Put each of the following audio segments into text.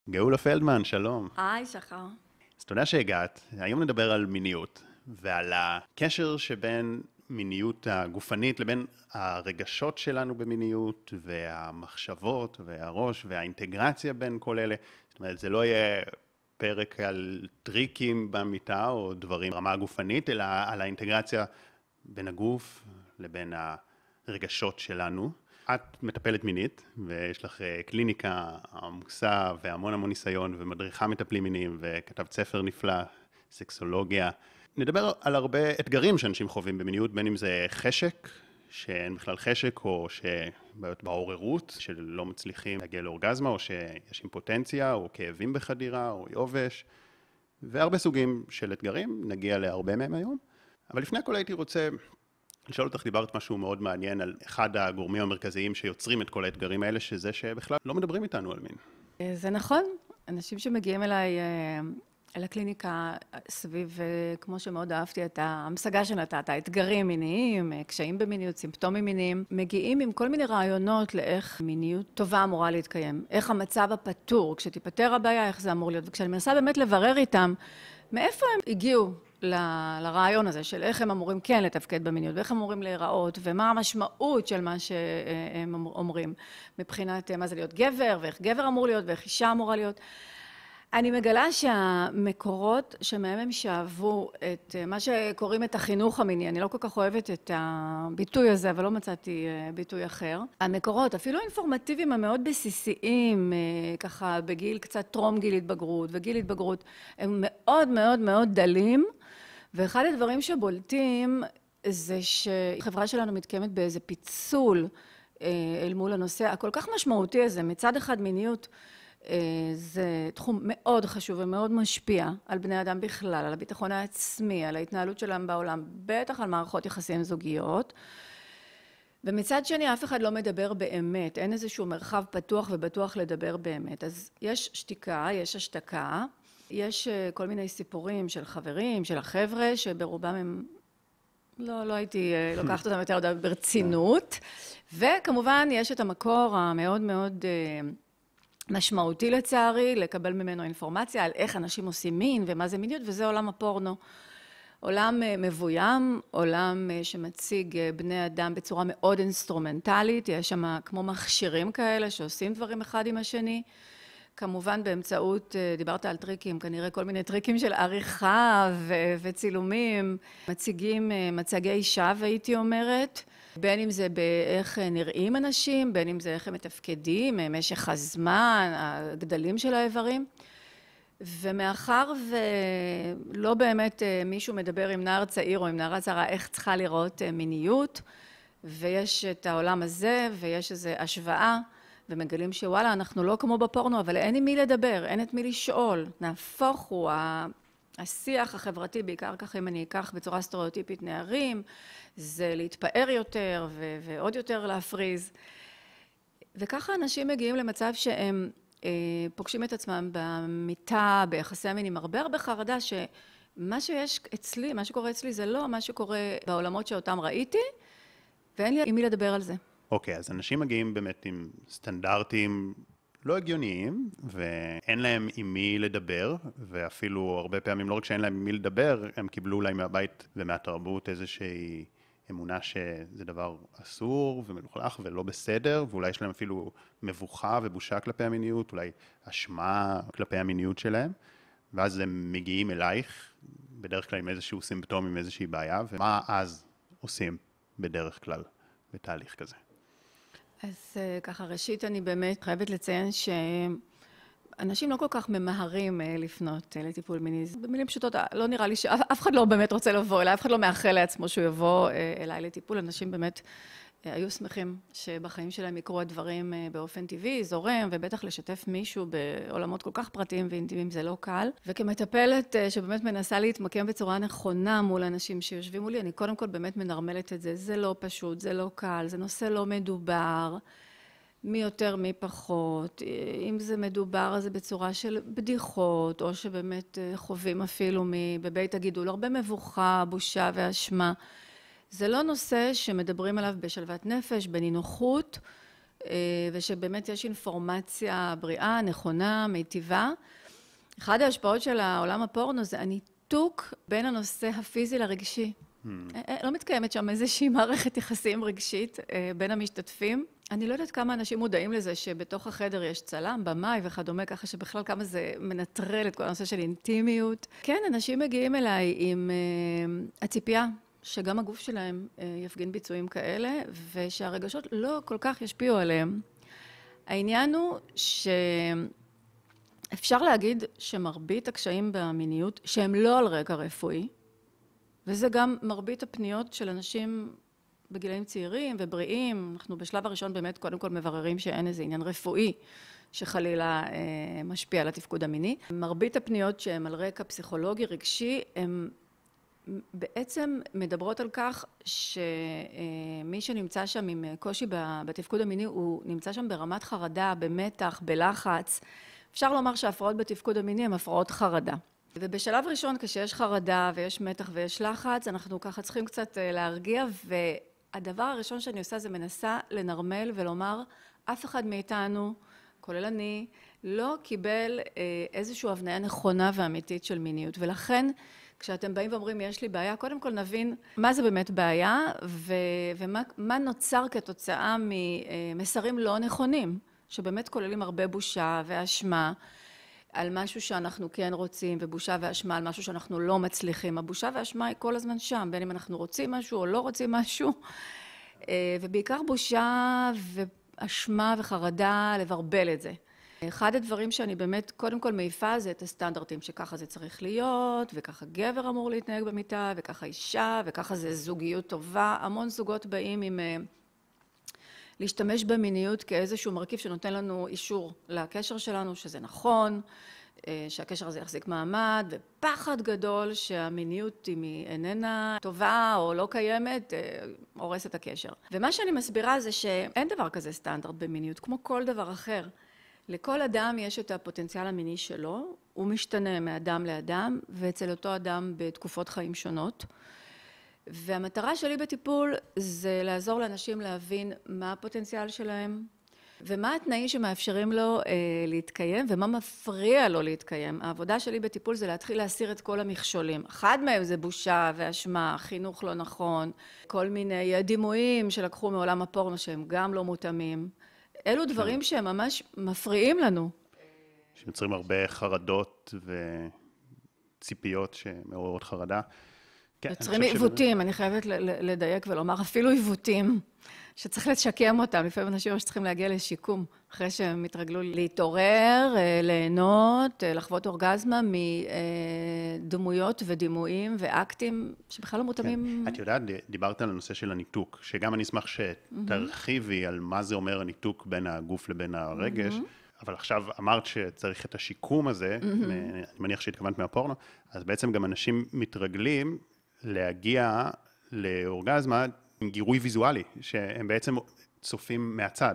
גאולה פלדמן, שלום. היי, שחר. אז תודה שהגעת. היום נדבר על מיניות, ועל הקשר שבין מיניות הגופנית לבין הרגשות שלנו במיניות, והמחשבות, והראש, והאינטגרציה בין כל אלה. זאת אומרת, זה לא יהיה פרק על טריקים במיטה, או דברים ברמה הגופנית, אלא על האינטגרציה בין הגוף לבין הרגשות שלנו. את מטפלת מינית, ויש לך קליניקה עמוסה והמון המון ניסיון, ומדריכה מטפלים מיניים, וכתבת ספר נפלא, סקסולוגיה. נדבר על הרבה אתגרים שאנשים חווים במיניות, בין אם זה חשק, שאין בכלל חשק, או שבעיות בעוררות, שלא מצליחים להגיע לאורגזמה, או שיש אימפוטנציה, או כאבים בחדירה, או יובש, והרבה סוגים של אתגרים, נגיע להרבה מהם היום. אבל לפני הכל הייתי רוצה לשאול אותך, דיברת משהו מאוד מעניין על אחד הגורמים המרכזיים שיוצרים את כל האתגרים האלה, שזה שבכלל לא מדברים איתנו על מין. זה נכון. אנשים שמגיעים אליי, אל הקליניקה סביב, כמו שמאוד אהבתי את ההמשגה שנתת, האתגרים מיניים, קשיים במיניות, סימפטומים מיניים, מגיעים עם כל מיני רעיונות לאיך מיניות טובה אמורה להתקיים. איך המצב הפתור, כשתיפטר הבעיה, איך זה אמור להיות. וכשאני מנסה באמת לברר איתם, מאיפה הם הגיעו לרעיון הזה של איך הם אמורים כן לתפקד במיניות, ואיך הם אמורים להיראות, ומה המשמעות של מה שהם אומרים, מבחינת מה זה להיות גבר, ואיך גבר אמור להיות, ואיך אישה אמורה להיות. אני מגלה שהמקורות שמהם הם שאבו את מה שקוראים את החינוך המיני, אני לא כל כך אוהבת את הביטוי הזה, אבל לא מצאתי ביטוי אחר. המקורות, אפילו אינפורמטיביים המאוד בסיסיים, ככה בגיל קצת טרום גיל התבגרות וגיל התבגרות, הם מאוד מאוד מאוד דלים, ואחד הדברים שבולטים זה שהחברה שלנו מתקיימת באיזה פיצול אל מול הנושא הכל כך משמעותי הזה. מצד אחד מיניות זה תחום מאוד חשוב ומאוד משפיע על בני אדם בכלל, על הביטחון העצמי, על ההתנהלות שלהם בעולם, בטח על מערכות יחסים זוגיות. ומצד שני אף אחד לא מדבר באמת, אין איזשהו מרחב פתוח ובטוח לדבר באמת. אז יש שתיקה, יש השתקה, יש כל מיני סיפורים של חברים, של החבר'ה, שברובם הם לא הייתי לוקחת אותם יותר ברצינות. וכמובן יש את המקור המאוד מאוד משמעותי לצערי, לקבל ממנו אינפורמציה על איך אנשים עושים מין ומה זה מיניות, וזה עולם הפורנו. עולם מבוים, עולם שמציג בני אדם בצורה מאוד אינסטרומנטלית, יש שם כמו מכשירים כאלה שעושים דברים אחד עם השני. כמובן באמצעות, דיברת על טריקים, כנראה כל מיני טריקים של עריכה וצילומים, מציגים מצגי שווא הייתי אומרת, בין אם זה באיך נראים אנשים, בין אם זה איך הם מתפקדים, משך הזמן, הגדלים של האיברים. ומאחר ולא באמת מישהו מדבר עם נער צעיר או עם נערה צעירה איך צריכה לראות מיניות, ויש את העולם הזה ויש איזו השוואה, ומגלים שוואלה, אנחנו לא כמו בפורנו, אבל אין עם מי לדבר, אין את מי לשאול. נהפוך הוא, השיח החברתי, בעיקר כך אם אני אקח בצורה סטריאוטיפית נערים, זה להתפאר יותר ועוד יותר להפריז. וככה אנשים מגיעים למצב שהם פוגשים את עצמם במיטה, ביחסי המין עם הרבה חרדה, שמה שיש אצלי, מה שקורה אצלי זה לא מה שקורה בעולמות שאותם ראיתי, ואין לי עם מי לדבר על זה. אוקיי, אז אנשים מגיעים באמת עם סטנדרטים לא הגיוניים, ואין להם עם מי לדבר, ואפילו הרבה פעמים לא רק שאין להם עם מי לדבר, הם קיבלו אולי מהבית ומהתרבות איזושהי אמונה שזה דבר אסור ומלוכלך ולא בסדר, ואולי יש להם אפילו מבוכה ובושה כלפי המיניות, אולי אשמה כלפי המיניות שלהם, ואז הם מגיעים אלייך, בדרך כלל עם איזשהו סימפטום, עם איזושהי בעיה, ומה אז עושים בדרך כלל בתהליך כזה? אז ככה, ראשית אני באמת חייבת לציין שאנשים לא כל כך ממהרים לפנות לטיפול מיני. במילים פשוטות, לא נראה לי שאף אחד לא באמת רוצה לבוא אליי, אף אחד לא מאחל לעצמו שהוא יבוא אליי לטיפול. אנשים באמת היו שמחים שבחיים שלהם יקרו הדברים באופן טבעי, זורם, ובטח לשתף מישהו בעולמות כל כך פרטיים ואינטימיים זה לא קל. וכמטפלת שבאמת מנסה להתמקם בצורה נכונה מול אנשים שיושבים מולי, אני קודם כל באמת מנרמלת את זה. זה לא פשוט, זה לא קל, זה נושא לא מדובר, מי יותר מי פחות. אם זה מדובר אז זה בצורה של בדיחות, או שבאמת חווים אפילו בבית הגידול, הרבה מבוכה, בושה ואשמה. זה לא נושא שמדברים עליו בשלוות נפש, בנינוחות, ושבאמת יש אינפורמציה בריאה, נכונה, מיטיבה. אחד ההשפעות של העולם הפורנו זה הניתוק בין הנושא הפיזי לרגשי. לא מתקיימת שם איזושהי מערכת יחסים רגשית בין המשתתפים. אני לא יודעת כמה אנשים מודעים לזה שבתוך החדר יש צלם, במאי וכדומה, ככה שבכלל כמה זה מנטרל את כל הנושא של אינטימיות. כן, אנשים מגיעים אליי עם הציפייה שגם הגוף שלהם יפגין ביצועים כאלה, ושהרגשות לא כל כך ישפיעו עליהם. העניין הוא שאפשר להגיד שמרבית הקשיים במיניות, שהם לא על רקע רפואי, וזה גם מרבית הפניות של אנשים בגילאים צעירים ובריאים. אנחנו בשלב הראשון באמת קודם כל מבררים שאין איזה עניין רפואי שחלילה משפיע על התפקוד המיני. מרבית הפניות שהן על רקע פסיכולוגי רגשי, הן בעצם מדברות על כך שמי שנמצא שם עם קושי בתפקוד המיני, הוא נמצא שם ברמת חרדה, במתח, בלחץ. אפשר לומר שההפרעות בתפקוד המיני הן הפרעות חרדה. ובשלב ראשון, כשיש חרדה ויש מתח ויש לחץ, אנחנו ככה צריכים קצת להרגיע, והדבר הראשון שאני עושה זה מנסה לנרמל ולומר, אף אחד מאיתנו, כולל אני, לא קיבל איזושהי הבניה נכונה ואמיתית של מיניות. ולכן, כשאתם באים ואומרים, יש לי בעיה, קודם כל נבין מה זה באמת בעיה, ומה נוצר כתוצאה ממסרים לא נכונים, שבאמת כוללים הרבה בושה ואשמה, על משהו שאנחנו כן רוצים, ובושה ואשמה על משהו שאנחנו לא מצליחים. הבושה והאשמה היא כל הזמן שם, בין אם אנחנו רוצים משהו או לא רוצים משהו, ובעיקר בושה ואשמה וחרדה לברבל את זה. אחד הדברים שאני באמת קודם כל מעיפה זה את הסטנדרטים, שככה זה צריך להיות, וככה גבר אמור להתנהג במיטה, וככה אישה, וככה זה זוגיות טובה. המון זוגות באים עם להשתמש במיניות כאיזשהו מרכיב שנותן לנו אישור לקשר שלנו, שזה נכון, שהקשר הזה יחזיק מעמד, ופחד גדול שהמיניות, אם היא איננה טובה או לא קיימת, הורס את הקשר. ומה שאני מסבירה זה שאין דבר כזה סטנדרט במיניות, כמו כל דבר אחר. לכל אדם יש את הפוטנציאל המיני שלו, הוא משתנה מאדם לאדם, ואצל אותו אדם בתקופות חיים שונות. והמטרה שלי בטיפול זה לעזור לאנשים להבין מה הפוטנציאל שלהם, ומה התנאים שמאפשרים לו להתקיים, ומה מפריע לו להתקיים. העבודה שלי בטיפול זה להתחיל להסיר את כל המכשולים. אחד מהם זה בושה ואשמה, חינוך לא נכון, כל מיני דימויים שלקחו מעולם הפורנו שהם גם לא מותאמים. אלו דברים שהם ממש מפריעים לנו. שיוצרים הרבה חרדות וציפיות שמעוררות חרדה. יוצרים עיוותים, אני חייבת לדייק ולומר, אפילו עיוותים, שצריך לשקם אותם. לפעמים אנשים שצריכים להגיע לשיקום, אחרי שהם התרגלו להתעורר, ליהנות, לחוות אורגזמה מדמויות ודימויים ואקטים שבכלל לא מותאמים. את יודעת, דיברת על הנושא של הניתוק, שגם אני אשמח שתרחיבי על מה זה אומר הניתוק בין הגוף לבין הרגש, אבל עכשיו אמרת שצריך את השיקום הזה, אני מניח שהתכוונת מהפורנו, אז בעצם גם אנשים מתרגלים להגיע לאורגזמה עם גירוי ויזואלי, שהם בעצם צופים מהצד.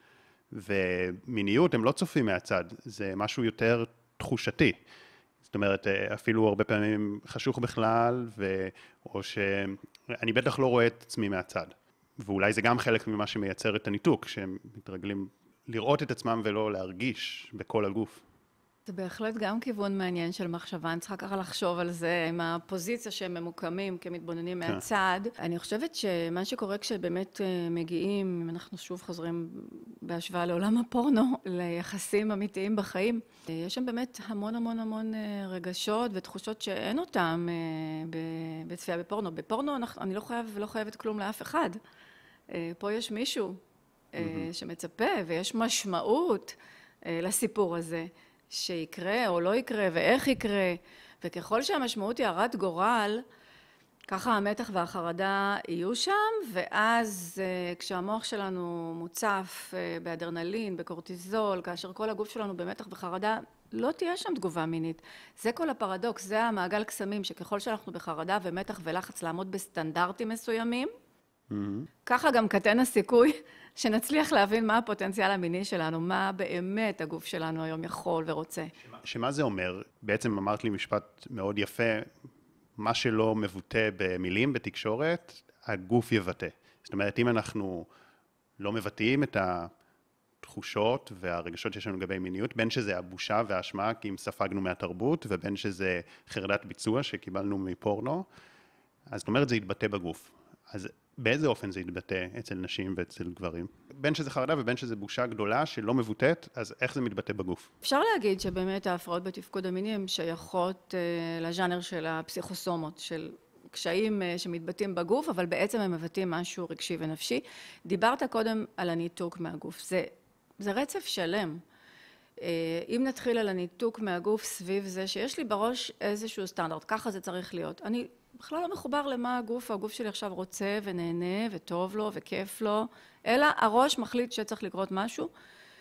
ומיניות הם לא צופים מהצד, זה משהו יותר תחושתי. זאת אומרת, אפילו הרבה פעמים חשוך בכלל, או שאני בטח לא רואה את עצמי מהצד. ואולי זה גם חלק ממה שמייצר את הניתוק, שהם מתרגלים לראות את עצמם ולא להרגיש בכל הגוף. זה בהחלט גם כיוון מעניין של מחשבה, אני צריכה ככה לחשוב על זה, עם הפוזיציה שהם ממוקמים כמתבוננים מהצד. אני חושבת שמה שקורה כשבאמת מגיעים, אם אנחנו שוב חוזרים בהשוואה לעולם הפורנו, ליחסים אמיתיים בחיים, יש שם באמת המון המון המון רגשות ותחושות שאין אותם בצפייה בפורנו. בפורנו אני לא חייבת כלום לאף אחד. פה יש מישהו שמצפה ויש משמעות לסיפור הזה. שיקרה או לא יקרה ואיך יקרה, וככל שהמשמעות היא הרת גורל, ככה המתח והחרדה יהיו שם, ואז כשהמוח שלנו מוצף באדרנלין, בקורטיזול, כאשר כל הגוף שלנו במתח וחרדה, לא תהיה שם תגובה מינית. זה כל הפרדוקס, זה המעגל קסמים, שככל שאנחנו בחרדה ומתח ולחץ לעמוד בסטנדרטים מסוימים, ככה גם קטן הסיכוי שנצליח להבין מה הפוטנציאל המיני שלנו, מה באמת הגוף שלנו היום יכול ורוצה. שמה זה אומר? בעצם אמרת לי משפט מאוד יפה, מה שלא מבוטא במילים, בתקשורת, הגוף יבטא. זאת אומרת, אם אנחנו לא מבטאים את התחושות והרגשות שיש לנו לגבי מיניות, בין שזה הבושה והאשמה, כי אם ספגנו מהתרבות, ובין שזה חרדת ביצוע שקיבלנו מפורנו, אז זאת אומרת, זה יתבטא בגוף. אז באיזה אופן זה יתבטא אצל נשים ואצל גברים? בין שזה חרדה ובין שזה בושה גדולה שלא מבוטאת, אז איך זה מתבטא בגוף? אפשר להגיד שבאמת ההפרעות בתפקוד המיני הן שייכות לז'אנר של הפסיכוסומות, של קשיים שמתבטאים בגוף, אבל בעצם הם מבטאים משהו רגשי ונפשי. דיברת קודם על הניתוק מהגוף. זה רצף שלם. אם נתחיל על הניתוק מהגוף סביב זה שיש לי בראש איזשהו סטנדרט, ככה זה צריך להיות. אני בכלל לא מחובר למה הגוף שלי עכשיו רוצה ונהנה וטוב לו וכיף לו, אלא הראש מחליט שצריך לקרות משהו,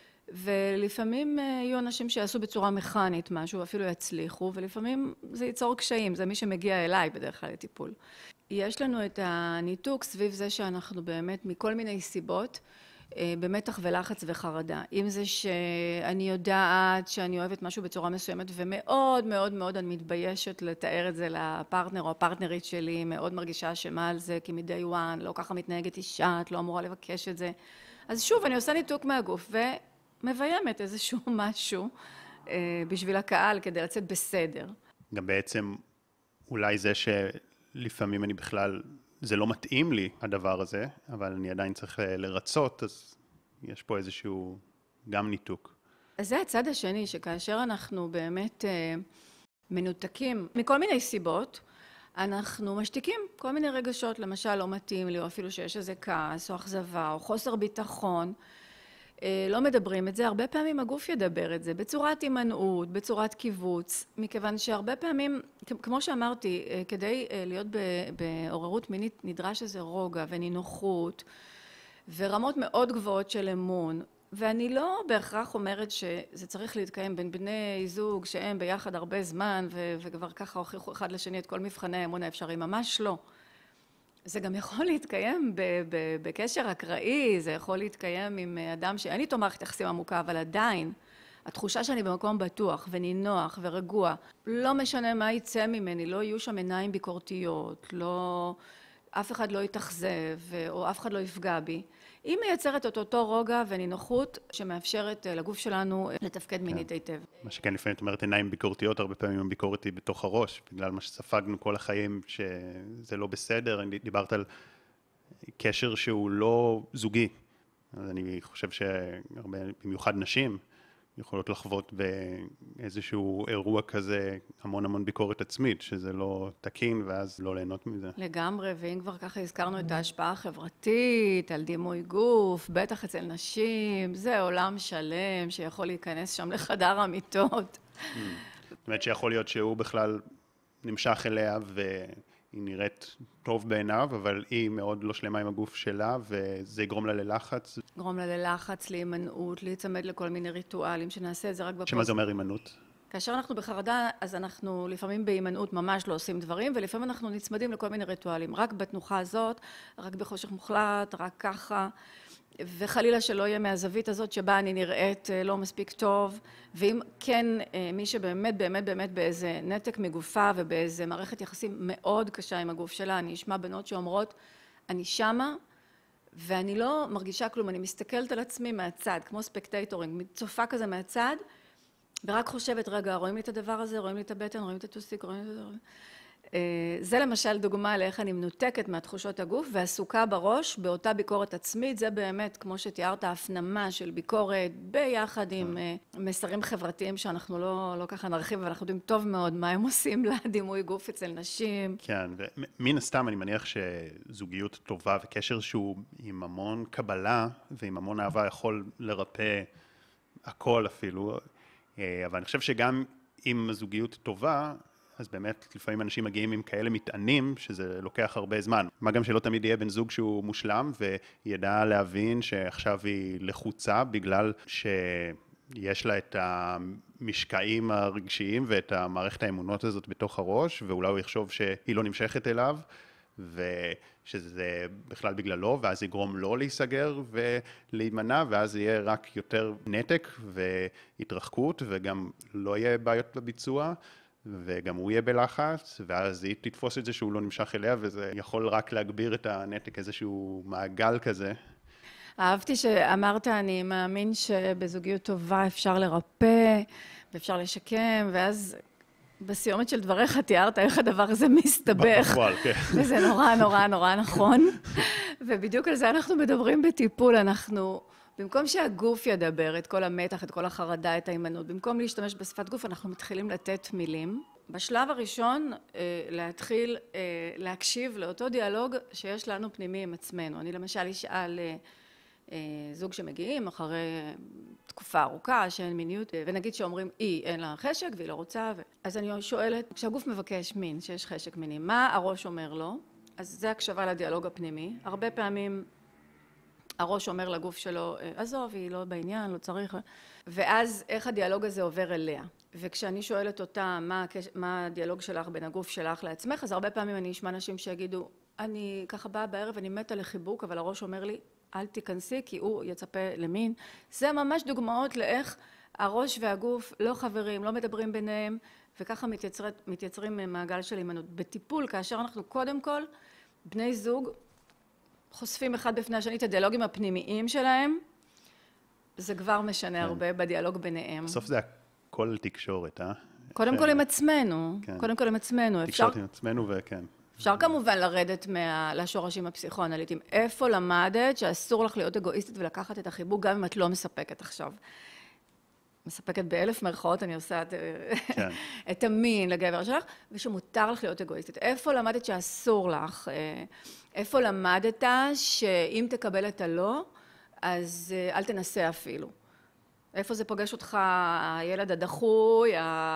ולפעמים יהיו אנשים שיעשו בצורה מכנית משהו, אפילו יצליחו, ולפעמים זה ייצור קשיים, זה מי שמגיע אליי בדרך כלל לטיפול. יש לנו את הניתוק סביב זה שאנחנו באמת מכל מיני סיבות, במתח ולחץ וחרדה. אם זה שאני יודעת שאני אוהבת משהו בצורה מסוימת ומאוד מאוד מאוד אני מתביישת לתאר את זה לפרטנר או הפרטנרית שלי, מאוד מרגישה אשמה על זה כי מ-day one לא ככה מתנהגת אישה, את לא אמורה לבקש את זה. אז שוב, אני עושה ניתוק מהגוף ומביימת איזשהו משהו בשביל הקהל כדי לצאת בסדר. גם בעצם אולי זה שלפעמים אני בכלל זה לא מתאים לי הדבר הזה, אבל אני עדיין צריך לרצות, אז יש פה איזשהו גם ניתוק. אז זה הצד השני, שכאשר אנחנו באמת מנותקים מכל מיני סיבות, אנחנו משתיקים כל מיני רגשות, למשל לא מתאים לי, או אפילו שיש איזה כעס, או אכזבה, או חוסר ביטחון. לא מדברים את זה, הרבה פעמים הגוף ידבר את זה, בצורת הימנעות, בצורת קיבוץ, מכיוון שהרבה פעמים, כמו שאמרתי, כדי להיות בעוררות מינית נדרש איזה רוגע ונינוחות, ורמות מאוד גבוהות של אמון, ואני לא בהכרח אומרת שזה צריך להתקיים בין בני זוג שהם ביחד הרבה זמן, וכבר ככה הוכיחו אחד לשני את כל מבחני האמון האפשרי, ממש לא. זה גם יכול להתקיים בקשר אקראי, זה יכול להתקיים עם אדם שאין איתו מערכת יחסים עמוקה, אבל עדיין התחושה שאני במקום בטוח ונינוח ורגוע, לא משנה מה יצא ממני, לא יהיו שם עיניים ביקורתיות, אף אחד לא יתאכזב או אף אחד לא יפגע בי. היא מייצרת את אותו רוגע ונינוחות שמאפשרת לגוף שלנו לתפקד מינית היטב. מה שכן לפעמים את אומרת עיניים ביקורתיות, הרבה פעמים הביקורת היא בתוך הראש, בגלל מה שספגנו כל החיים שזה לא בסדר. דיברת על קשר שהוא לא זוגי, אז אני חושב שהרבה, במיוחד נשים, יכולות לחוות באיזשהו אירוע כזה המון ביקורת עצמית, שזה לא תקין ואז לא ליהנות מזה. לגמרי, ואם כבר ככה הזכרנו את ההשפעה החברתית, על דימוי גוף, בטח אצל נשים, זה עולם שלם שיכול להיכנס שם לחדר המיטות. זאת אומרת שיכול להיות שהוא בכלל נמשך אליה והיא נראית טוב בעיניו, אבל היא מאוד לא שלמה עם הגוף שלה, וזה יגרום לה ללחץ. יגרום לה ללחץ, להימנעות, להיצמד לכל מיני ריטואלים, שנעשה את זה רק בפוסט. שמה זה אומר הימנעות? כאשר אנחנו בחרדה, אז אנחנו לפעמים בהימנעות ממש לא עושים דברים, ולפעמים אנחנו נצמדים לכל מיני ריטואלים. רק בתנוחה הזאת, רק בחושך מוחלט, רק ככה, וחלילה שלא יהיה מהזווית הזאת שבה אני נראית לא מספיק טוב, ואם כן, מי שבאמת באמת באמת באיזה נתק מגופה ובאיזה מערכת יחסים מאוד קשה עם הגוף שלה, אני אשמע בנות שאומרות, אני שמה, ואני לא מרגישה כלום, אני מסתכלת על עצמי מהצד, כמו ספקטייטורינג, צופה כזה מהצד, ורק חושבת, רגע, רואים לי את הדבר הזה, רואים לי את הבטן, רואים את הטוסיק, רואים לי את זה. זה למשל דוגמה לאיך אני מנותקת מהתחושות הגוף ועסוקה בראש באותה ביקורת עצמית. זה באמת, כמו שתיארת, הפנמה של ביקורת ביחד עם מסרים חברתיים שאנחנו לא ככה נרחיב, ואנחנו יודעים טוב מאוד מה הם עושים לדימוי גוף אצל נשים. כן, ומן הסתם אני מניח שזוגיות טובה וקשר שהוא עם המון קבלה ועם המון אהבה יכול לרפא הכל אפילו, אבל אני חושב שגם אם הזוגיות טובה, אז באמת לפעמים אנשים מגיעים עם כאלה מטענים שזה לוקח הרבה זמן. מה גם שלא תמיד יהיה בן זוג שהוא מושלם וידע להבין שעכשיו היא לחוצה בגלל שיש לה את המשקעים הרגשיים ואת המערכת האמונות הזאת בתוך הראש, ואולי הוא יחשוב שהיא לא נמשכת אליו ושזה בכלל בגללו, ואז יגרום לו להיסגר ולהימנע, ואז יהיה רק יותר נתק והתרחקות וגם לא יהיה בעיות בביצוע. וגם הוא יהיה בלחץ, ואז היא תתפוס את זה שהוא לא נמשך אליה, וזה יכול רק להגביר את הנתק, איזשהו מעגל כזה. אהבתי שאמרת, אני מאמין שבזוגיות טובה אפשר לרפא ואפשר לשקם, ואז בסיומת של דבריך תיארת איך הדבר הזה מסתבך. בפועל, כן. וזה נורא נורא נורא נכון. ובדיוק על זה אנחנו מדברים בטיפול. אנחנו, במקום שהגוף ידבר את כל המתח, את כל החרדה, את ההימנעות, במקום להשתמש בשפת גוף, אנחנו מתחילים לתת מילים. בשלב הראשון, להתחיל להקשיב לאותו דיאלוג שיש לנו פנימי עם עצמנו. אני למשל אשאל זוג שמגיעים אחרי תקופה ארוכה שאין מיניות, ונגיד שאומרים אין לה חשק והיא לא רוצה, אז אני שואלת, כשהגוף מבקש מין, שיש חשק מיני, מה הראש אומר לו? אז זה הקשבה לדיאלוג הפנימי. הרבה פעמים הראש אומר לגוף שלו, עזוב, היא לא בעניין, לא צריך, ואז איך הדיאלוג הזה עובר אליה. וכשאני שואלת אותה מה הדיאלוג שלך בין הגוף שלך לעצמך, אז הרבה פעמים אני אשמע אנשים שיגידו, אני ככה באה בערב, אני מתה לחיבוק, אבל הראש אומר לי, אל תיכנסי כי הוא יצפה למין. זה ממש דוגמאות לאיך הראש והגוף לא חברים, לא מדברים ביניהם, וככה מתייצרים מעגל של הימנעות. בטיפול, כאשר אנחנו קודם כל, בני זוג, חושפים אחד בפני השני את הדיאלוגים הפנימיים שלהם, זה כבר משנה הרבה בדיאלוג ביניהם. בסוף זה הכל תקשורת, אה? קודם כל עם עצמנו, קודם כל עם עצמנו. תקשורת עם עצמנו וכן. אפשר כמובן לרדת לשורשים הפסיכואנליטיים. איפה למדת שאסור לך להיות אגואיסטית ולקחת את החיבוק גם אם את לא מספקת עכשיו? מספקת באלף מרכאות, אני עושה את המין לגבר שלך, ושמותר לך להיות אגואיסטית. איפה למדת שאסור לך? איפה למדת שאם תקבל את הלא, אז אל תנסה אפילו? איפה זה פוגש אותך, הילד הדחוי,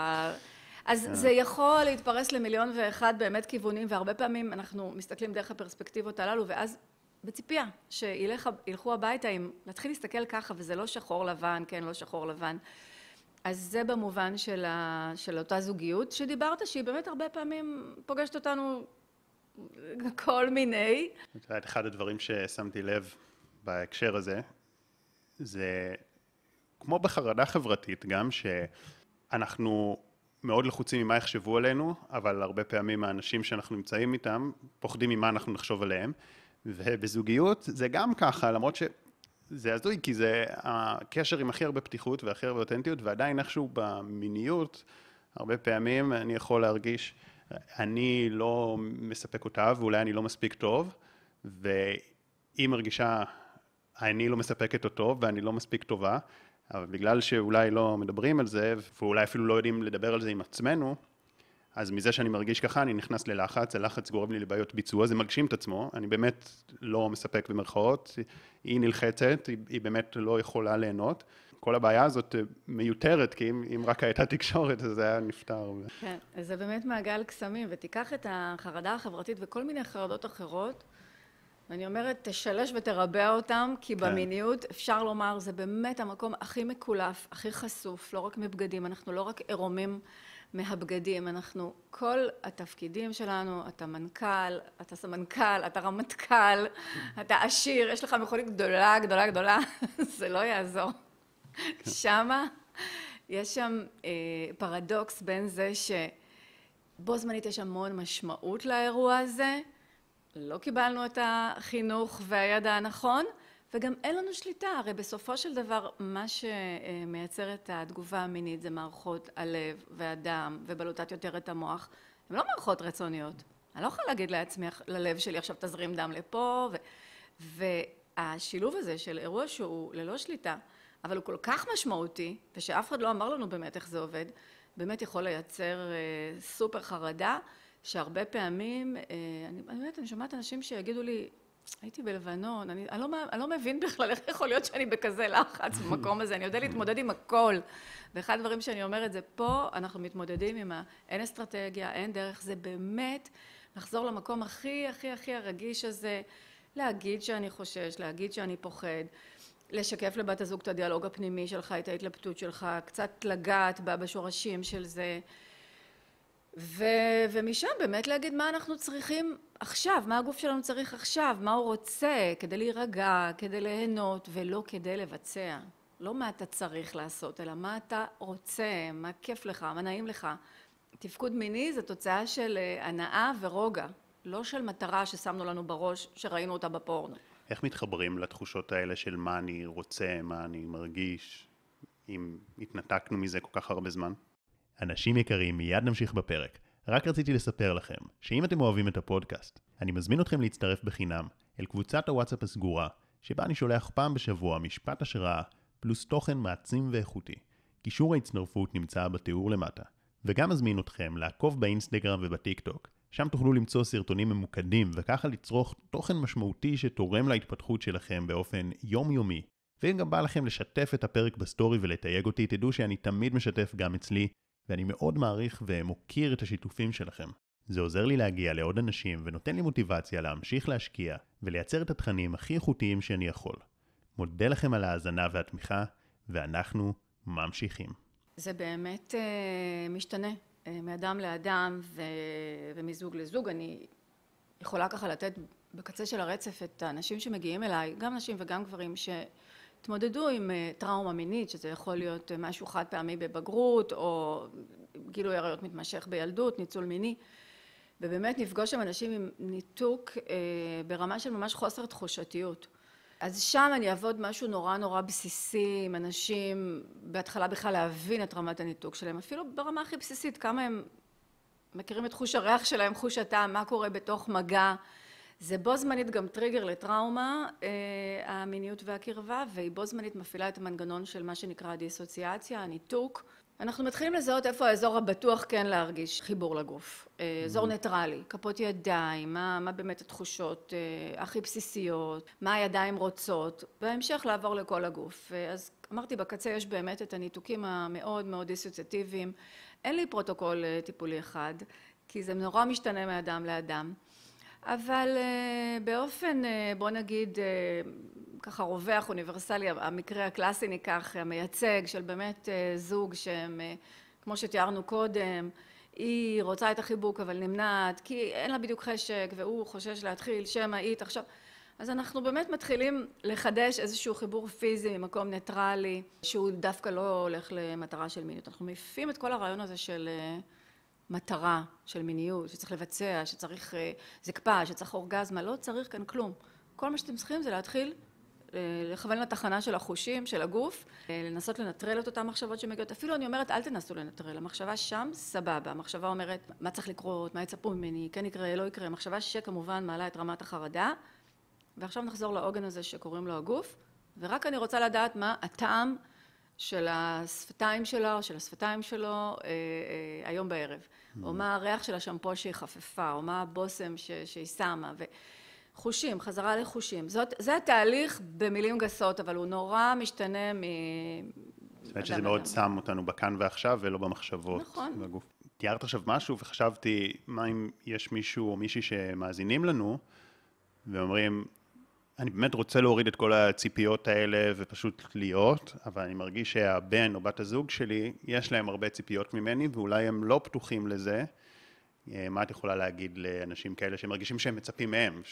אז זה יכול להתפרס למיליון ואחד באמת כיוונים, והרבה פעמים אנחנו מסתכלים דרך הפרספקטיבות הללו, ואז בציפייה שילכו הביתה עם להתחיל להסתכל ככה, וזה לא שחור לבן, כן, לא שחור לבן. אז זה במובן של אותה זוגיות שדיברת, שהיא באמת הרבה פעמים פוגשת אותנו כל מיני. אחד הדברים ששמתי לב בהקשר הזה, זה כמו בחרדה חברתית גם, שאנחנו מאוד לחוצים ממה יחשבו עלינו, אבל הרבה פעמים האנשים שאנחנו נמצאים איתם פוחדים ממה אנחנו נחשוב עליהם, ובזוגיות זה גם ככה, למרות שזה הזוי, כי זה הקשר עם הכי הרבה פתיחות והכי הרבה אותנטיות, ועדיין איכשהו במיניות, הרבה פעמים אני יכול להרגיש, אני לא מספק אותה, ואולי אני לא מספיק טוב, והיא מרגישה, אני לא מספקת אותו, ואני לא מספיק טובה, אבל בגלל שאולי לא מדברים על זה, ואולי אפילו לא יודעים לדבר על זה עם עצמנו, אז מזה שאני מרגיש ככה, אני נכנס ללחץ, הלחץ גורם לי לבעיות ביצוע, זה מגשים את עצמו, אני באמת לא מספק במרכאות, היא נלחצת, היא באמת לא יכולה ליהנות. כל הבעיה הזאת מיותרת, כי אם רק הייתה תקשורת, אז זה היה נפתר. כן, זה באמת מעגל קסמים, ותיקח את החרדה החברתית וכל מיני חרדות אחרות, ואני אומרת, תשלש ותרבע אותם, כי במיניות, אפשר לומר, זה באמת המקום הכי מקולף, הכי חשוף, לא רק מבגדים, אנחנו לא רק עירומים מהבגדים, אנחנו, כל התפקידים שלנו, אתה מנכ"ל, אתה סמנכ"ל, אתה רמטכ"ל, אתה עשיר, יש לך מכונית גדולה, גדולה, גדולה, זה לא יעזור. שמה, יש שם פרדוקס בין זה שבו זמנית יש המון משמעות לאירוע הזה, לא קיבלנו את החינוך והידע הנכון, וגם אין לנו שליטה. הרי בסופו של דבר, מה שמייצר את התגובה המינית זה מערכות הלב והדם ובלוטת יותר את המוח. הן לא מערכות רצוניות. אני לא יכולה להגיד לעצמי, ללב שלי עכשיו תזרים דם לפה, והשילוב הזה של אירוע שהוא ללא שליטה, אבל הוא כל כך משמעותי, ושאף אחד לא אמר לנו באמת איך זה עובד, באמת יכול לייצר סופר חרדה, שהרבה פעמים, אני שומעת אנשים שיגידו לי, הייתי בלבנון, אני לא מבין בכלל איך יכול להיות שאני בכזה לחץ במקום הזה, אני יודע להתמודד עם הכל. ואחד הדברים שאני אומרת זה, פה אנחנו מתמודדים עם אין אסטרטגיה, אין דרך, זה באמת לחזור למקום הכי, הכי, הכי הרגיש הזה, להגיד שאני חושש, להגיד שאני פוחד, לשקף לבת הזוג את הדיאלוג הפנימי שלך, את ההתלבטות שלך, קצת לגעת בה בשורשים של זה, ומשם באמת להגיד מה אנחנו צריכים עכשיו, מה הגוף שלנו צריך עכשיו, מה הוא רוצה כדי להירגע, כדי ליהנות ולא כדי לבצע. לא מה אתה צריך לעשות, אלא מה אתה רוצה, מה כיף לך, מה נעים לך. תפקוד מיני זה תוצאה של הנאה ורוגע, לא של מטרה ששמנו לנו בראש, שראינו אותה בפורנו. איך מתחברים לתחושות האלה של מה אני רוצה, מה אני מרגיש, אם התנתקנו מזה כל כך הרבה זמן? אנשים יקרים, מיד נמשיך בפרק. רק רציתי לספר לכם, שאם אתם אוהבים את הפודקאסט, אני מזמין אתכם להצטרף בחינם אל קבוצת הוואטסאפ הסגורה, שבה אני שולח פעם בשבוע משפט השראה, פלוס תוכן מעצים ואיכותי. קישור ההצטרפות נמצא בתיאור למטה. וגם מזמין אתכם לעקוב באינסטגרם ובטיק טוק. שם תוכלו למצוא סרטונים ממוקדים וככה לצרוך תוכן משמעותי שתורם להתפתחות שלכם באופן יומיומי. ואם גם בא לכם לשתף את הפרק בסטורי ולתייג אותי, תדעו שאני תמיד משתף גם אצלי, ואני מאוד מעריך ומוקיר את השיתופים שלכם. זה עוזר לי להגיע לעוד אנשים ונותן לי מוטיבציה להמשיך להשקיע ולייצר את התכנים הכי איכותיים שאני יכול. מודה לכם על ההאזנה והתמיכה, ואנחנו ממשיכים. זה באמת משתנה מאדם לאדם ומזוג לזוג. אני יכולה ככה לתת בקצה של הרצף את האנשים שמגיעים אליי, גם נשים וגם גברים שהתמודדו עם טראומה מינית, שזה יכול להיות משהו חד פעמי בבגרות, או גילוי עריות מתמשך בילדות, ניצול מיני. ובאמת נפגוש עם אנשים עם ניתוק ברמה של ממש חוסר תחושתיות. אז שם אני אעבוד משהו נורא נורא בסיסי עם אנשים, בהתחלה בכלל להבין את רמת הניתוק שלהם, אפילו ברמה הכי בסיסית, כמה הם מכירים את חוש הריח שלהם, חוש הטעם, מה קורה בתוך מגע. זה בו זמנית גם טריגר לטראומה, המיניות והקרבה, והיא בו זמנית מפעילה את המנגנון של מה שנקרא דיסוציאציה, הניתוק. אנחנו מתחילים לזהות איפה האזור הבטוח כן להרגיש חיבור לגוף. אזור ניטרלי, כפות ידיים, מה באמת התחושות הכי בסיסיות, מה הידיים רוצות, בהמשך לעבור לכל הגוף. אז אמרתי, בקצה יש באמת את הניתוקים המאוד מאוד דיסוציאטיביים. אין לי פרוטוקול טיפולי אחד, כי זה נורא משתנה מאדם לאדם. אבל באופן, בוא נגיד, ככה רווח, אוניברסלי, המקרה הקלאסי ניקח, המייצג של באמת זוג שהם, כמו שתיארנו קודם, היא רוצה את החיבוק אבל נמנעת, כי אין לה בדיוק חשק והוא חושש להתחיל, שמא היא תחשוב. אז אנחנו באמת מתחילים לחדש איזשהו חיבור פיזי ממקום ניטרלי, שהוא דווקא לא הולך למטרה של מיניות. אנחנו מעיפים את כל הרעיון הזה של מטרה, של מיניות, שצריך לבצע, שצריך זקפה, שצריך אורגזמה, לא צריך כאן כלום. כל מה שאתם צריכים זה להתחיל לכוון לתחנה של החושים, של הגוף, לנסות לנטרל את אותן מחשבות שמגיעות. אפילו אני אומרת, אל תנסו לנטרל. המחשבה שם, סבבה. המחשבה אומרת, מה צריך לקרות, מה יצפו ממני, כן יקרה, לא יקרה. המחשבה שכמובן מעלה את רמת החרדה. ועכשיו נחזור לעוגן הזה שקוראים לו הגוף. ורק אני רוצה לדעת מה הטעם של השפתיים שלו, או של השפתיים שלו, היום בערב. או מה הריח של השמפו שהיא חפפה, או מה הבושם שהיא שמה. חושים, חזרה לחושים. זה התהליך במילים גסות, אבל הוא נורא משתנה זאת אומרת שזה מאוד שם אותנו בכאן ועכשיו, ולא במחשבות. נכון. בגוף. תיארת עכשיו משהו, וחשבתי, מה אם יש מישהו או מישהי שמאזינים לנו, ואומרים, אני באמת רוצה להוריד את כל הציפיות האלה, ופשוט להיות, אבל אני מרגיש שהבן או בת הזוג שלי, יש להם הרבה ציפיות ממני, ואולי הם לא פתוחים לזה. מה את יכולה להגיד לאנשים כאלה שמרגישים שהם מצפים מהם,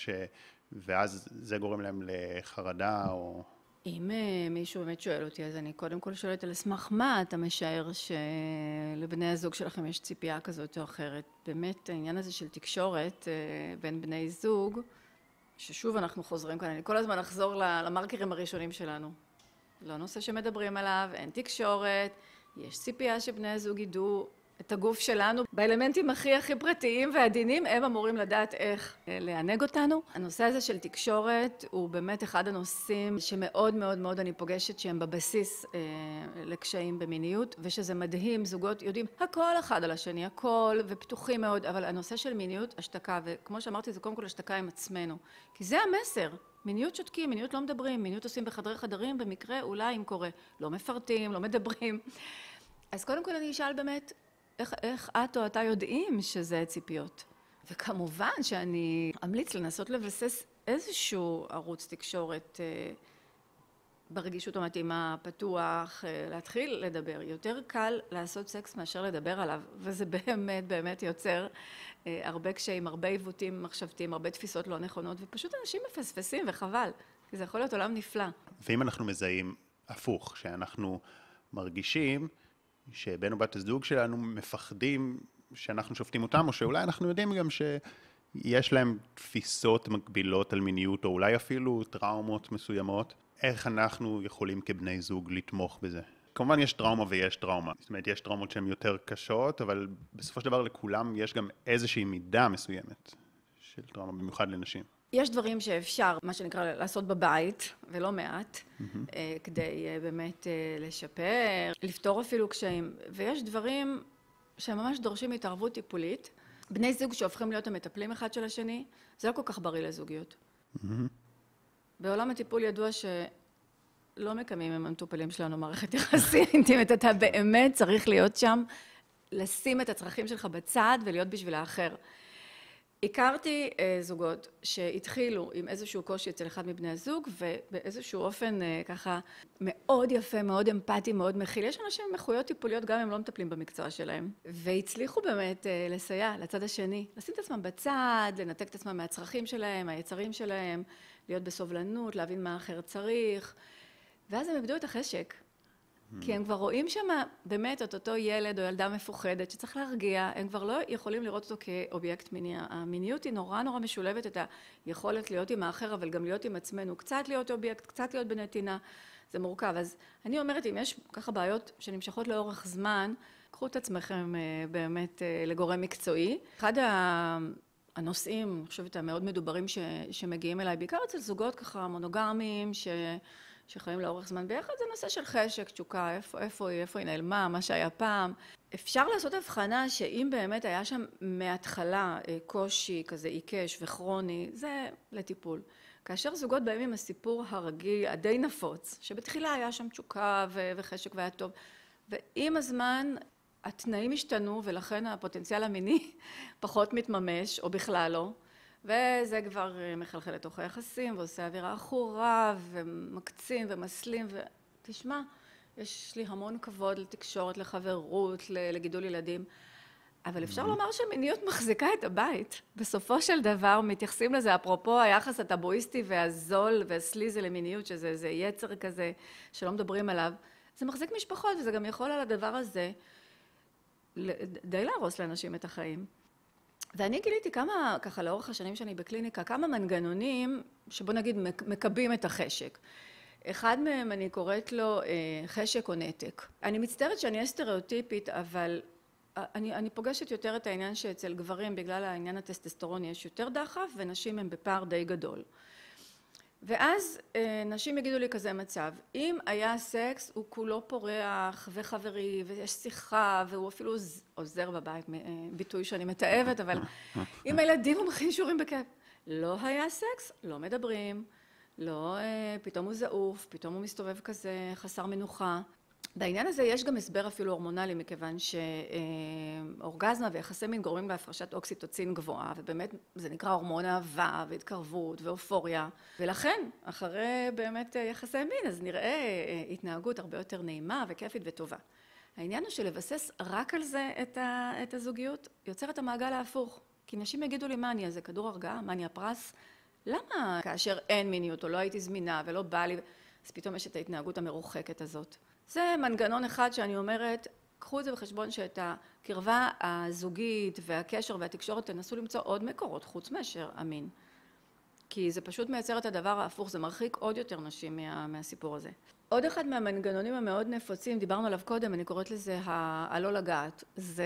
ואז זה גורם להם לחרדה או... אם מישהו באמת שואל אותי, אז אני קודם כל שואלת על סמך מה אתה משער שלבני הזוג שלכם יש ציפייה כזאת או אחרת. באמת העניין הזה של תקשורת בין בני זוג, ששוב אנחנו חוזרים כאן, אני כל הזמן אחזור למרקרים הראשונים שלנו. לא נושא שמדברים עליו, אין תקשורת, יש ציפייה שבני הזוג ידעו את הגוף שלנו. באלמנטים הכי פרטיים ועדינים, הם אמורים לדעת איך לענג אותנו. הנושא הזה של תקשורת הוא באמת אחד הנושאים שמאוד מאוד מאוד אני פוגשת שהם בבסיס לקשיים במיניות, ושזה מדהים, זוגות יודעים הכל אחד על השני, הכל, ופתוחים מאוד, אבל הנושא של מיניות, השתקה, וכמו שאמרתי, זה קודם כל השתקה עם עצמנו. כי זה המסר. מיניות שותקים, מיניות לא מדברים, מיניות עושים בחדרי חדרים, במקרה אולי אם קורה. לא מפרטים, לא מדברים. אז קודם כל אני אשאל באמת, איך את או אתה יודעים שזה ציפיות? וכמובן שאני אמליץ לנסות לבסס איזשהו ערוץ תקשורת ברגישות המתאימה, פתוח, להתחיל לדבר. יותר קל לעשות סקס מאשר לדבר עליו, וזה באמת באמת יוצר הרבה קשיים, הרבה עיוותים מחשבתיים, הרבה תפיסות לא נכונות, ופשוט אנשים מפספסים וחבל, כי זה יכול להיות עולם נפלא. ואם אנחנו מזהים הפוך, שאנחנו מרגישים שבן או בת הזוג שלנו מפחדים שאנחנו שופטים אותם, או שאולי אנחנו יודעים גם יש להם תפיסות מקבילות על מיניות, או אולי אפילו טראומות מסוימות. איך אנחנו יכולים כבני זוג לתמוך בזה? כמובן יש טראומה ויש טראומה. זאת אומרת, יש טראומות שהן יותר קשות, אבל בסופו של דבר לכולם יש גם איזושהי מידה מסוימת של טראומה, במיוחד לנשים. יש דברים שאפשר, מה שנקרא, לעשות בבית, ולא מעט, כדי באמת לשפר, לפתור אפילו קשיים. ויש דברים שממש דורשים התערבות טיפולית. בני זוג שהופכים להיות המטפלים אחד של השני, זה לא כל כך בריא לזוגיות. בעולם הטיפול ידוע שלא מקיימים עם המטופלים שלנו מערכת יחסים אינטימית. אתה באמת צריך להיות שם, לשים את הצרכים שלך בצד ולהיות בשביל האחר. הכרתי זוגות שהתחילו עם איזשהו קושי אצל אחד מבני הזוג, ובאיזשהו אופן ככה מאוד יפה, מאוד אמפתי, מאוד מכיל. יש אנשים עם איכויות טיפוליות גם אם הם לא מטפלים במקצוע שלהם. והצליחו באמת לסייע לצד השני, לשים את עצמם בצד, לנתק את עצמם מהצרכים שלהם, מהיצרים שלהם, להיות בסובלנות, להבין מה האחר צריך. ואז הם איבדו את החשק. כי הם כבר רואים שם באמת את אותו ילד או ילדה מפוחדת שצריך להרגיע, הם כבר לא יכולים לראות אותו כאובייקט מיני. המיניות היא נורא נורא משולבת את היכולת להיות עם האחר, אבל גם להיות עם עצמנו, קצת להיות אובייקט, קצת להיות בנתינה, זה מורכב. אז אני אומרת, אם יש ככה בעיות שנמשכות לאורך זמן, קחו את עצמכם באמת לגורם מקצועי. אחד הנושאים, אני חושבת, המאוד מדוברים שמגיעים אליי, בעיקר אצל זוגות ככה מונוגמיים, שחיים לאורך זמן ביחד, זה נושא של חשק, תשוקה, איפה היא נעלמה, מה שהיה פעם. אפשר לעשות הבחנה שאם באמת היה שם מההתחלה קושי כזה עיקש וכרוני, זה לטיפול. כאשר זוגות באים עם הסיפור הרגיל, הדי נפוץ, שבתחילה היה שם תשוקה וחשק והיה טוב, ועם הזמן התנאים השתנו ולכן הפוטנציאל המיני פחות מתממש, או בכלל לא. וזה כבר מחלחל לתוך היחסים ועושה אווירה עכורה ומקצין ומסלים ותשמע, יש לי המון כבוד לתקשורת, לחברות, לגידול ילדים, אבל אפשר לומר שמיניות מחזיקה את הבית. בסופו של דבר מתייחסים לזה, אפרופו היחס הטבואיסטי והזול והסליזי למיניות, שזה יצר כזה שלא מדברים עליו, זה מחזיק משפחות וזה גם יכול על הדבר הזה די להרוס לאנשים את החיים. ואני גיליתי כמה, ככה לאורך השנים שאני בקליניקה, כמה מנגנונים שבוא נגיד מקבים את החשק. אחד מהם אני קוראת לו חשק או נתק. אני מצטערת שאני אהיה סטריאוטיפית, אבל אני פוגשת יותר את העניין שאצל גברים, בגלל העניין הטסטסטרוני יש יותר דחף, ונשים הם בפער די גדול. ואז נשים יגידו לי כזה מצב, אם היה סקס הוא כולו פורח וחברי ויש שיחה והוא אפילו עוזר בבית, ביטוי שאני מתאהבת, אבל אם הילדים הוא מכין שיעורים בכיף, לא היה סקס, לא מדברים, לא, פתאום הוא זעוף, פתאום הוא מסתובב כזה חסר מנוחה. בעניין הזה יש גם הסבר אפילו הורמונלי, מכיוון שאורגזמה ויחסי מין גורמים בהפרשת אוקסיטוצין גבוהה, ובאמת זה נקרא הורמון אהבה והתקרבות ואופוריה, ולכן אחרי באמת יחסי מין אז נראה התנהגות הרבה יותר נעימה וכיפית וטובה. העניין הוא שלבסס רק על זה את הזוגיות יוצר את המעגל ההפוך, כי נשים יגידו לי מה אני, אז זה כדור הרגעה, מה אני הפרס? למה כאשר אין מיניות או לא הייתי זמינה ולא בא לי, אז פתאום יש את ההתנהגות המרוחקת הזאת. זה מנגנון אחד שאני אומרת, קחו את זה בחשבון שאת הקרבה הזוגית והקשר והתקשורת תנסו למצוא עוד מקורות חוץ מאשר המין. כי זה פשוט מייצר את הדבר ההפוך, זה מרחיק עוד יותר נשים מהסיפור הזה. עוד אחד מהמנגנונים המאוד נפוצים, דיברנו עליו קודם, אני קוראת לזה הלא לגעת.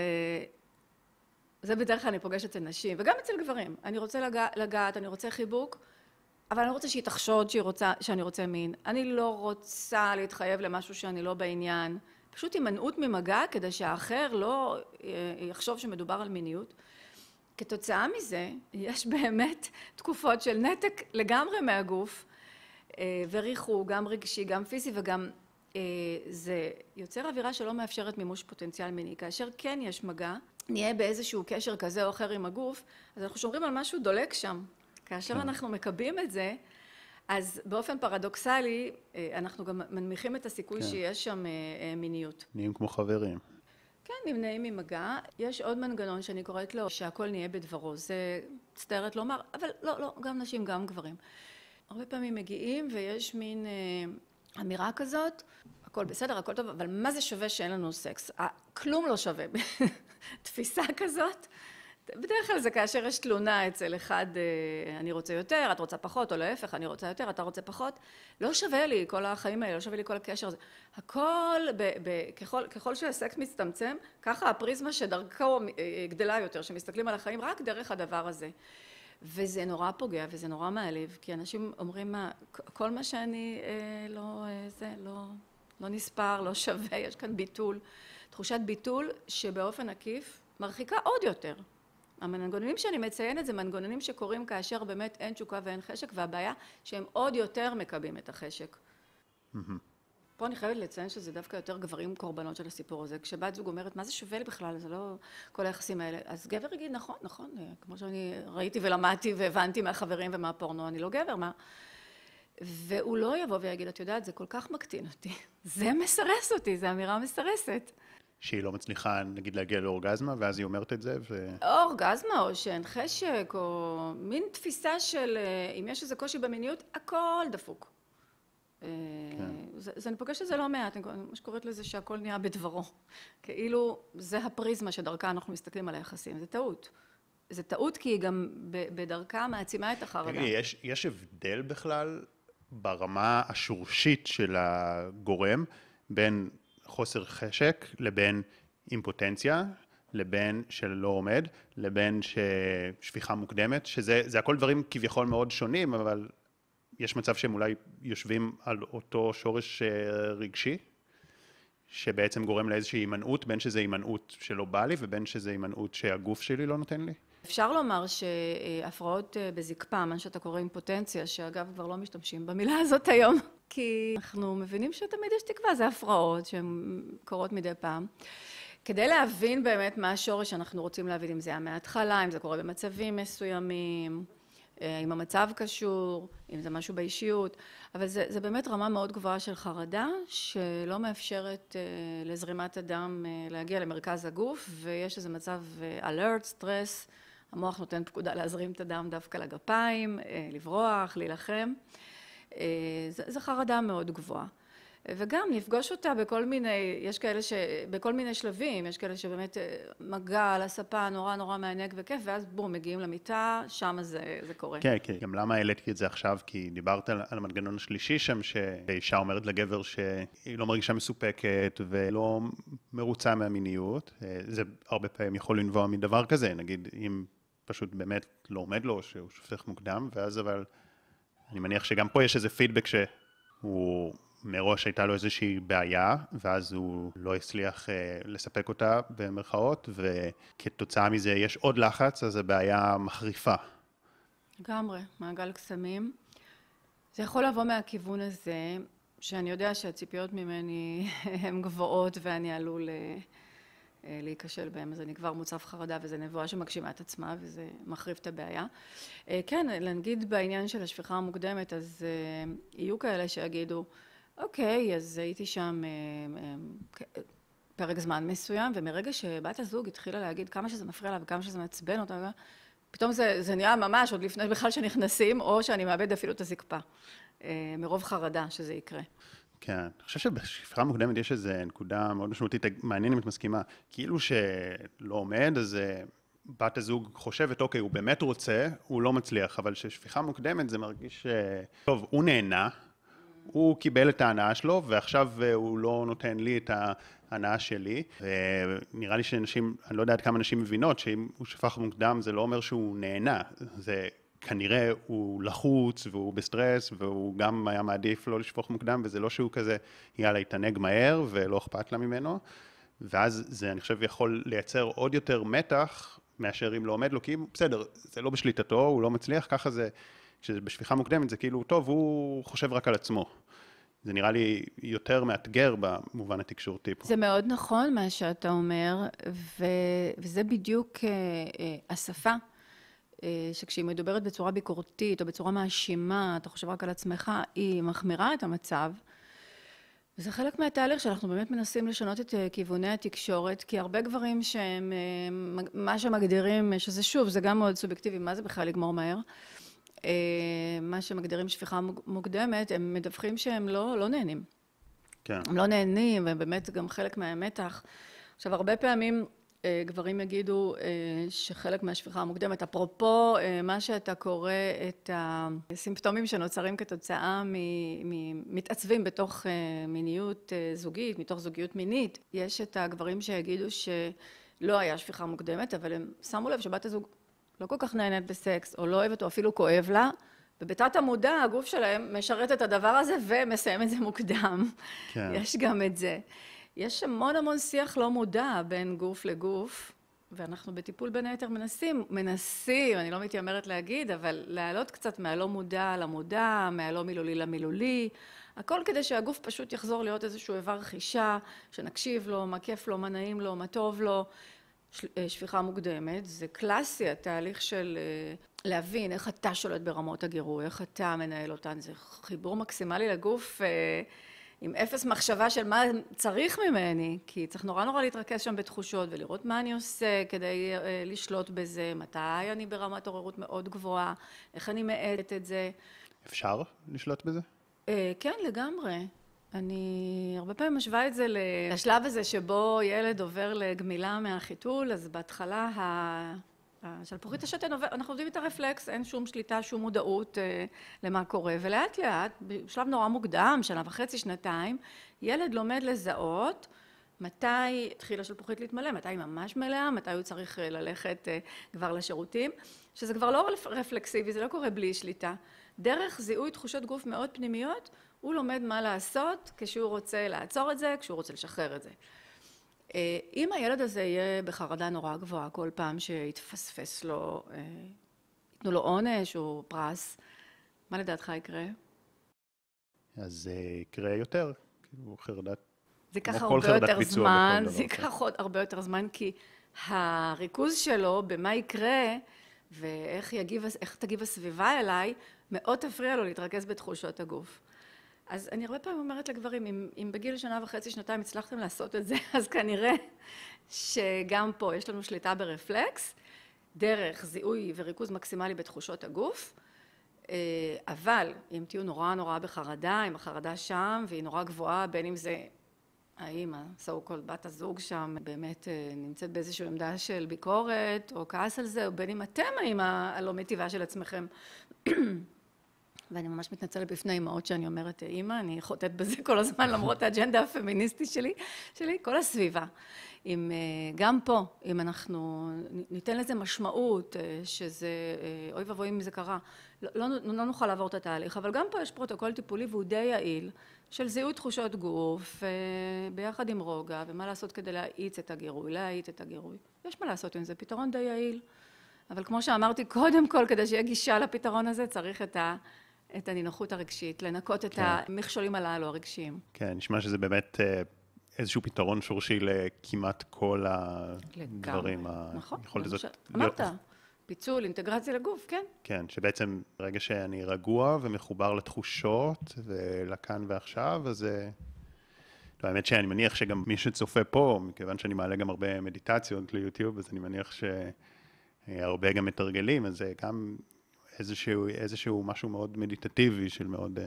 זה בדרך כלל אני פוגשת אצל נשים וגם אצל גברים. אני רוצה לגעת, אני רוצה חיבוק, אבל אני לא רוצה שהיא תחשוד שאני רוצה מין. אני לא רוצה להתחייב למשהו שאני לא בעניין. פשוט הימנעות ממגע כדי שהאחר לא יחשוב שמדובר על מיניות. כתוצאה מזה, יש באמת תקופות של נתק לגמרי מהגוף, וריחוק, גם רגשי, גם פיזי, וגם זה יוצר אווירה שלא מאפשרת מימוש פוטנציאל מיני. כאשר כן יש מגע, נהיה באיזשהו קשר כזה או אחר עם הגוף, אז אנחנו שומרים על משהו דולק שם. כאשר אנחנו מקבים את זה, אז באופן פרדוקסלי, אנחנו גם מנמיכים את הסיכוי שיש שם מיניות. נהיים כמו חברים. כן, נמנעים ממגע. יש עוד מנגנון שאני קוראת לו, שהכל נהיה בדברו. זה מצטערת לומר, אבל לא, גם נשים, גם גברים. הרבה פעמים מגיעים ויש מין אמירה כזאת, הכל בסדר, הכל טוב, אבל מה זה שווה שאין לנו סקס? כלום לא שווה. תפיסה כזאת בדרך כלל זה כאשר יש תלונה אצל אחד, אני רוצה יותר, את רוצה פחות, או להפך, אני רוצה יותר, אתה רוצה פחות. לא שווה לי כל החיים האלה, לא שווה לי כל הקשר הזה. הכל, ככל שהסקס מצטמצם, ככה הפריזמה שדרכו גדלה יותר, שמסתכלים על החיים רק דרך הדבר הזה. וזה נורא פוגע וזה נורא מעליב, כי אנשים אומרים מה, כל מה שאני לא נספר, לא שווה, יש כאן ביטול, תחושת ביטול שבאופן עקיף מרחיקה עוד יותר. המנגנונים שאני מציינת זה מנגנונים שקורים כאשר באמת אין תשוקה ואין חשק, והבעיה שהם עוד יותר מקבים את החשק. פה אני חייבת לציין שזה דווקא יותר גברים קורבנות של הסיפור הזה. כשבת זוג אומרת, מה זה שווה לי בכלל? זה לא כל היחסים האלה. אז גבר יגיד, נכון, נכון, כמו שאני ראיתי ולמדתי והבנתי מהחברים ומהפורנו, אני לא גבר, מה? והוא לא יבוא ויגיד, את יודעת, זה כל כך מקטין אותי. זה מסרס אותי, זו אמירה מסרסת. שהיא לא מצליחה, נגיד, להגיע לאורגזמה, ואז היא אומרת את זה, אורגזמה, או שאין חשק, או מין תפיסה של, אם יש איזה קושי במיניות, הכל דפוק. אני פוגשת את זה לא מעט, אני ממש קוראת לזה שהכל נהיה בדברו. כאילו, זה הפריזמה שדרכה אנחנו מסתכלים על היחסים, זה טעות. זה טעות כי היא גם בדרכה מעצימה את החרדה. תגידי, יש הבדל בכלל ברמה השורשית של הגורם בין חוסר חשק לבין אימפוטנציה, לבין שלא עומד, לבין שפיכה מוקדמת, שזה הכל דברים כביכול מאוד שונים, אבל יש מצב שהם אולי יושבים על אותו שורש רגשי, שבעצם גורם לאיזושהי הימנעות, בין שזה הימנעות שלא בא לי, ובין שזה הימנעות שהגוף שלי לא נותן לי. אפשר לומר שהפרעות בזקפה, מה שאתה קורא אימפוטנציה, שאגב כבר לא משתמשים במילה הזאת היום, כי אנחנו מבינים שתמיד יש תקווה, זה הפרעות שהן קורות מדי פעם. כדי להבין באמת מה השורש שאנחנו רוצים להבין, אם זה היה מההתחלה, אם זה קורה במצבים מסוימים, אם המצב קשור, אם זה משהו באישיות, אבל זה באמת רמה מאוד גבוהה של חרדה, שלא מאפשרת לזרימת הדם להגיע למרכז הגוף, ויש איזה מצב alert, סטרס, המוח נותן פקודה להזרים את הדם דווקא לגפיים, לברוח, להילחם. זו חרדה מאוד גבוהה. וגם לפגוש אותה בכל מיני, יש כאלה שבכל מיני שלבים, יש כאלה שבאמת מגע על הספה נורא נורא מענג וכיף, ואז בום, מגיעים למיטה, שם זה קורה. כן, כן. גם למה העליתי את זה עכשיו? כי דיברת על המנגנון השלישי שם, שאישה אומרת לגבר שהיא לא מרגישה מסופקת ולא מרוצה מהמיניות. זה הרבה פעמים יכול לנבוע מדבר כזה, נגיד אם פשוט באמת לא עומד לו, שהוא שופך מוקדם, ואז אבל אני מניח שגם פה יש איזה פידבק שהוא מראש הייתה לו איזושהי בעיה, ואז הוא לא הצליח לספק אותה במרכאות, וכתוצאה מזה יש עוד לחץ, אז הבעיה מחריפה. לגמרי, מעגל קסמים. זה יכול לבוא מהכיוון הזה, שאני יודע שהציפיות ממני הן גבוהות, ואני עלול להיכשל בהם, אז אני כבר מוצב חרדה, וזה נבואה שמגשימה את עצמה, וזה מחריף את הבעיה. כן, להגיד בעניין של השפיכה המוקדמת, אז יהיו כאלה שיגידו, אוקיי, אז הייתי שם פרק זמן מסוים, ומרגע שבת הזוג התחילה להגיד כמה שזה מפריע לה וכמה שזה מעצבן אותה, פתאום זה נראה ממש עוד לפני בכלל שנכנסים, או שאני מאבד אפילו את הזקפה, מרוב חרדה שזה יקרה. כן, אני חושב שבשפיכה מוקדמת יש איזו נקודה מאוד משמעותית, מעניין אם את מסכימה, כאילו שלא עומד, אז בת הזוג חושבת, אוקיי, הוא באמת רוצה, הוא לא מצליח, אבל ששפיכה מוקדמת זה מרגיש, טוב, הוא נהנה, הוא קיבל את ההנאה שלו, ועכשיו הוא לא נותן לי את ההנאה שלי. ונראה לי שאנשים, אני לא יודע עד כמה אנשים מבינות, שאם הוא שפך מוקדם, זה לא אומר שהוא נהנה. זה כנראה הוא לחוץ, והוא בסטרס, והוא גם היה מעדיף לא לשפוך מוקדם, וזה לא שהוא כזה, יאללה, יתענג מהר, ולא אכפת לה ממנו. ואז זה, אני חושב, יכול לייצר עוד יותר מתח, מאשר אם לא עומד לו, כי בסדר, זה לא בשליטתו, הוא לא מצליח, ככה זה, כשבשפיכה מוקדמת זה כאילו, טוב, הוא חושב רק על עצמו. זה נראה לי יותר מאתגר במובן התקשורתי פה. זה מאוד נכון מה שאתה אומר, וזה בדיוק השפה, שכשהיא מדוברת בצורה ביקורתית או בצורה מאשימה, אתה חושב רק על עצמך, היא מחמירה את המצב, וזה חלק מהתהליך שאנחנו באמת מנסים לשנות את כיווני התקשורת, כי הרבה גברים שהם, מה שמגדירים, שזה שוב, זה גם מאוד סובייקטיבי, מה זה בכלל לגמור מהר, מה שמגדירים שפיכה מוקדמת, הם מדווחים שהם לא נהנים. כן. הם לא נהנים, ובאמת גם חלק מהמתח. עכשיו, הרבה פעמים גברים יגידו שחלק מהשפיכה המוקדמת, אפרופו מה שאתה קורא את הסימפטומים שנוצרים כתוצאה מתעצבים בתוך מיניות זוגית, מתוך זוגיות מינית, יש את הגברים שיגידו שלא היה שפיכה מוקדמת, אבל הם שמו לב שבת הזוג לא כל כך נהנית בסקס, או לא אוהבת, או אפילו כואב לה, ובתת המודע הגוף שלהם משרת את הדבר הזה ומסיים את זה מוקדם. כן. יש גם את זה. יש המון המון שיח לא מודע בין גוף לגוף, ואנחנו בטיפול בין היתר מנסים, אני לא מתיימרת להגיד, אבל להעלות קצת מהלא מודע למודע, מהלא מילולי למילולי, הכל כדי שהגוף פשוט יחזור להיות איזשהו איבר חישה, שנקשיב לו, מה כיף לו, מה נעים לו, מה טוב לו. שפיכה מוקדמת, זה קלאסי, התהליך של להבין איך אתה שולט ברמות הגירוי, איך אתה מנהל אותן, זה חיבור מקסימלי לגוף עם אפס מחשבה של מה צריך ממני, כי צריך נורא להתרכז שם בתחושות ולראות מה אני עושה כדי לשלוט בזה, מתי אני ברמת עוררות מאוד גבוהה, איך אני מאט את זה. אפשר לשלוט בזה? כן, לגמרי. אני הרבה פעמים משווה את זה לשלב הזה שבו ילד עובר לגמילה מהחיתול, אז בהתחלה השלפוחית השתן, אנחנו עובדים את הרפלקס, אין שום שליטה, שום מודעות למה קורה, ולאט לאט, בשלב נורא מוקדם, שנה וחצי, שנתיים, ילד לומד לזהות מתי התחילה השלפוחית להתמלא, מתי היא ממש מלאה, מתי הוא צריך ללכת כבר לשירותים, שזה כבר לא רפלקסיבי, זה לא קורה בלי שליטה. דרך זיהוי תחושות גוף מאוד פנימיות, הוא לומד מה לעשות כשהוא רוצה לעצור את זה, כשהוא רוצה לשחרר את זה. אם הילד הזה יהיה בחרדה נורא גבוהה כל פעם שיתפספס לו, ייתנו לו עונש או פרס, מה לדעתך יקרה? אז זה יקרה יותר, כאילו חרדת, זה ייקח כמו כל הרבה חרדת יותר ביצוע זמן, בכל זה דבר. ייקח עוד הרבה יותר זמן, כי הריכוז שלו במה יקרה ואיך תגיב הסביבה אליי, מאוד תפריע לו להתרכז בתחושות הגוף. אז אני הרבה פעמים אומרת לגברים, אם בגיל שנה וחצי, שנתיים הצלחתם לעשות את זה, אז כנראה שגם פה יש לנו שליטה ברפלקס, דרך זיהוי וריכוז מקסימלי בתחושות הגוף, אבל אם תהיו נורא בחרדה, אם החרדה שם והיא נורא גבוהה, בין אם זה האמא, so called בת הזוג שם, באמת נמצאת באיזושהי עמדה של ביקורת או כעס על זה, או בין אם אתם האמא הלא מטיבה של עצמכם, ואני ממש מתנצלת בפני אמהות שאני אומרת אמא, אני חוטאת בזה כל הזמן למרות האג'נדה הפמיניסטית שלי, כל הסביבה. גם פה, אם אנחנו ניתן לזה משמעות, שזה, אוי ואבוי אם זה קרה, לא נוכל לעבור את התהליך, אבל גם פה יש פרוטוקול טיפולי והוא די יעיל, של זיהוי תחושות גוף, ביחד עם רוגע, ומה לעשות כדי להאיץ את הגירוי. יש מה לעשות עם זה, פתרון די יעיל. אבל כמו שאמרתי, קודם כל, כדי שיהיה גישה לפתרון הזה, צריך את הנינוחות הרגשית, לנקות את המכשולים הללו הרגשיים. כן, נשמע שזה באמת איזשהו פתרון שורשי לכמעט כל הדברים. נכון, אמרת, פיצול, אינטגרציה לגוף, כן. כן, שבעצם ברגע שאני רגוע ומחובר לתחושות ולכאן ועכשיו, אז האמת שאני מניח שגם מי שצופה פה, מכיוון שאני מעלה גם הרבה מדיטציות ליוטיוב, אז אני מניח שהרבה גם מתרגלים, אז זה גם איזשהו משהו מאוד מדיטטיבי של מאוד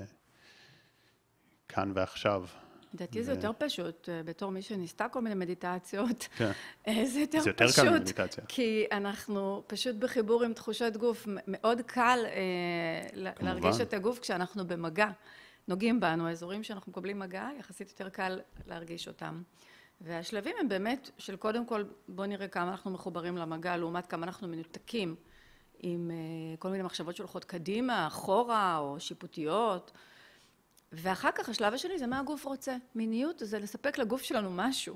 כאן ועכשיו. לדעתי זה יותר פשוט, בתור מי שניסתה כל מיני מדיטציות, כן. זה יותר קל פשוט, ממדיטציה. כי אנחנו פשוט בחיבור עם תחושות גוף, מאוד קל להרגיש את הגוף כשאנחנו במגע. נוגעים בנו, האזורים שאנחנו מקבלים מגע, יחסית יותר קל להרגיש אותם. והשלבים הם באמת של קודם כל, בוא נראה כמה אנחנו מחוברים למגע, לעומת כמה אנחנו מנותקים עם כל מיני מחשבות שהולכות קדימה, אחורה או שיפוטיות. ואחר כך השלב השני זה מה הגוף רוצה. מיניות זה לספק לגוף שלנו משהו.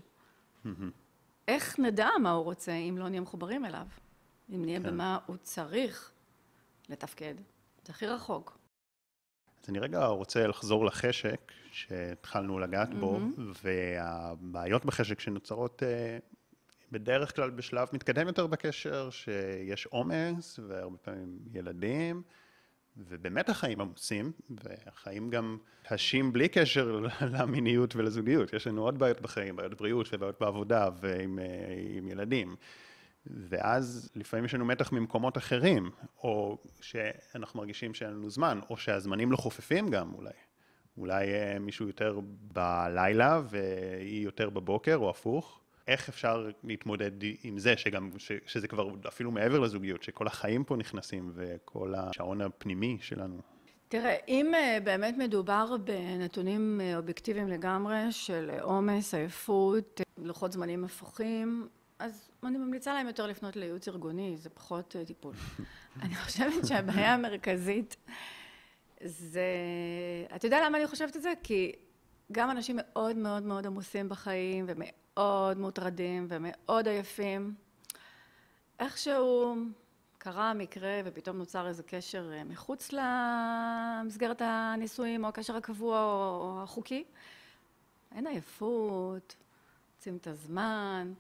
איך נדע מה הוא רוצה אם לא נהיה מחוברים אליו? אם נהיה במה הוא צריך לתפקד. זה הכי רחוק. אז אני רגע רוצה לחזור לחשק שהתחלנו לגעת בו, והבעיות בחשק שנוצרות בדרך כלל בשלב מתקדם יותר בקשר, שיש עומס והרבה פעמים ילדים, ובאמת החיים עמוסים, והחיים גם קשים בלי קשר למיניות ולזוגיות. יש לנו עוד בעיות בחיים, בעיות בריאות ובעיות בעבודה ועם ילדים. ואז לפעמים יש לנו מתח ממקומות אחרים, או שאנחנו מרגישים שאין לנו זמן, או שהזמנים לא חופפים גם אולי. אולי מישהו יותר בלילה והיא יותר בבוקר או הפוך. איך אפשר להתמודד עם זה, שזה כבר אפילו מעבר לזוגיות, שכל החיים פה נכנסים, וכל השעון הפנימי שלנו? תראה, אם באמת מדובר בנתונים אובייקטיביים לגמרי של עומס, עייפות, לוחות זמנים הפוכים, אז אני ממליצה להם יותר לפנות לייעוץ ארגוני, זה פחות טיפול. אני חושבת שהבעיה המרכזית זה... אתה יודע למה אני חושבת את זה? כי גם אנשים מאוד מאוד מאוד עמוסים בחיים, ומאוד מוטרדים, ומאוד עייפים. איכשהו קרה המקרה, ופתאום נוצר איזה קשר מחוץ למסגרת הנישואים, או הקשר הקבוע, או החוקי. אין עייפות, רוצים את הזמן.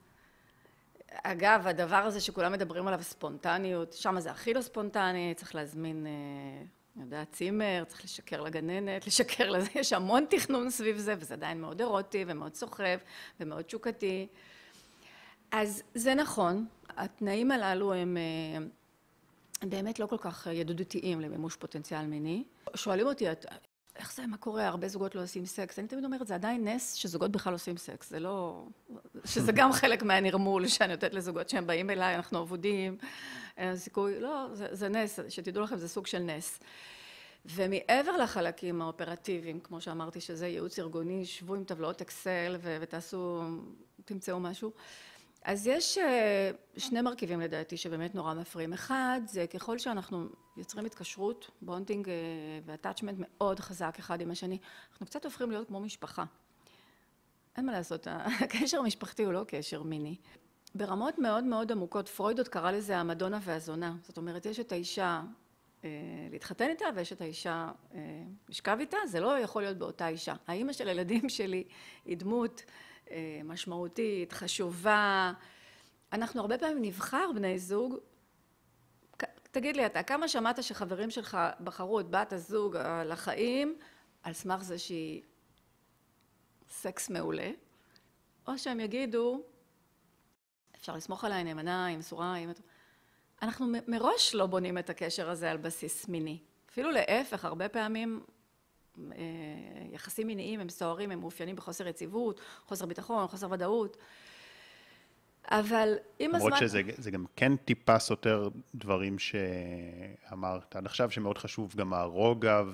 אגב, הדבר הזה שכולם מדברים עליו, ספונטניות, שם זה הכי לא ספונטני, צריך להזמין, אני יודע, צימר, צריך לשקר לגננת, לשקר לזה, יש המון תכנון סביב זה, וזה עדיין מאוד אירוטי ומאוד סוחב ומאוד שוקתי. אז זה נכון, התנאים הללו הם באמת לא כל כך ידידותיים למימוש פוטנציאל מיני. שואלים אותי, איך זה, מה קורה? הרבה זוגות לא עושים סקס. אני תמיד אומרת, זה עדיין נס שזוגות בכלל עושים סקס. זה לא... שזה גם חלק מהנרמול שאני נותנת לזוגות שהם באים אליי, אנחנו עבודים, אין סיכוי. לא, זה נס, שתדעו לכם, זה סוג של נס. ומעבר לחלקים האופרטיביים, כמו שאמרתי, שזה ייעוץ ארגוני, שבו עם טבלאות אקסל ותעשו, תמצאו משהו. אז יש שני מרכיבים לדעתי שבאמת נורא מפריעים. אחד, זה ככל שאנחנו יוצרים התקשרות, בונדינג ואטאצ'מנט מאוד חזק אחד עם השני, אנחנו קצת הופכים להיות כמו משפחה. אין מה לעשות, הקשר המשפחתי הוא לא קשר מיני. ברמות מאוד מאוד עמוקות, פרויד עוד קרא לזה המדונה והזונה. זאת אומרת, יש את האישה להתחתן איתה, ויש את האישה לשכב איתה, זה לא יכול להיות באותה אישה. האמא של הילדים שלי היא דמות משמעותית, חשובה. אנחנו הרבה פעמים נבחר בני זוג. תגיד לי אתה, כמה שמעת שחברים שלך בחרו את בת הזוג לחיים, על סמך זה שהיא סקס מעולה, או שהם יגידו, אפשר לסמוך עליי, נאמנה, היא מסורה, אנחנו מראש לא בונים את הקשר הזה על בסיס מיני. אפילו להפך, הרבה פעמים יחסים מיניים הם סוערים, הם מאופיינים בחוסר יציבות, חוסר ביטחון, חוסר ודאות. אבל עם הזמן... למרות שזה גם כן טיפה סותר דברים שאמרת עד עכשיו, שמאוד חשוב גם הרוגע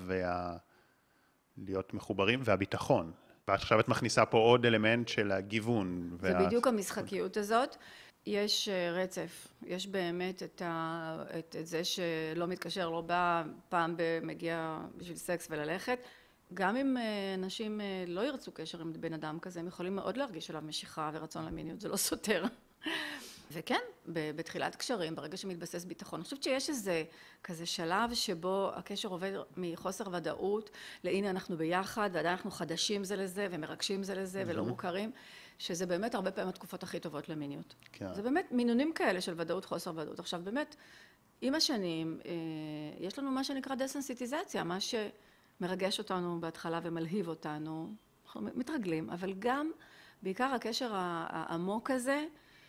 להיות מחוברים והביטחון. ועכשיו את מכניסה פה עוד אלמנט של הגיוון. זה בדיוק המשחקיות הזאת. יש רצף, יש באמת את זה שלא מתקשר, לא בא, פעם מגיע בשביל סקס וללכת. גם אם אנשים לא ירצו קשר עם בן אדם כזה, הם יכולים מאוד להרגיש עליו משיכה ורצון למיניות, זה לא סותר. וכן, בתחילת קשרים, ברגע שמתבסס ביטחון, אני חושבת שיש איזה כזה שלב שבו הקשר עובד מחוסר ודאות, להנה אנחנו ביחד, ועדיין אנחנו חדשים זה לזה, ומרגשים זה לזה, ולא מוכרים, שזה באמת הרבה פעמים התקופות הכי טובות למיניות. כן. זה באמת מינונים כאלה של ודאות, חוסר ודאות. עכשיו באמת, עם השנים, יש לנו מה שנקרא דסנסיטיזציה, מה שמרגש אותנו בהתחלה ומלהיב אותנו, אנחנו מתרגלים, אבל גם בעיקר הקשר העמוק הזה,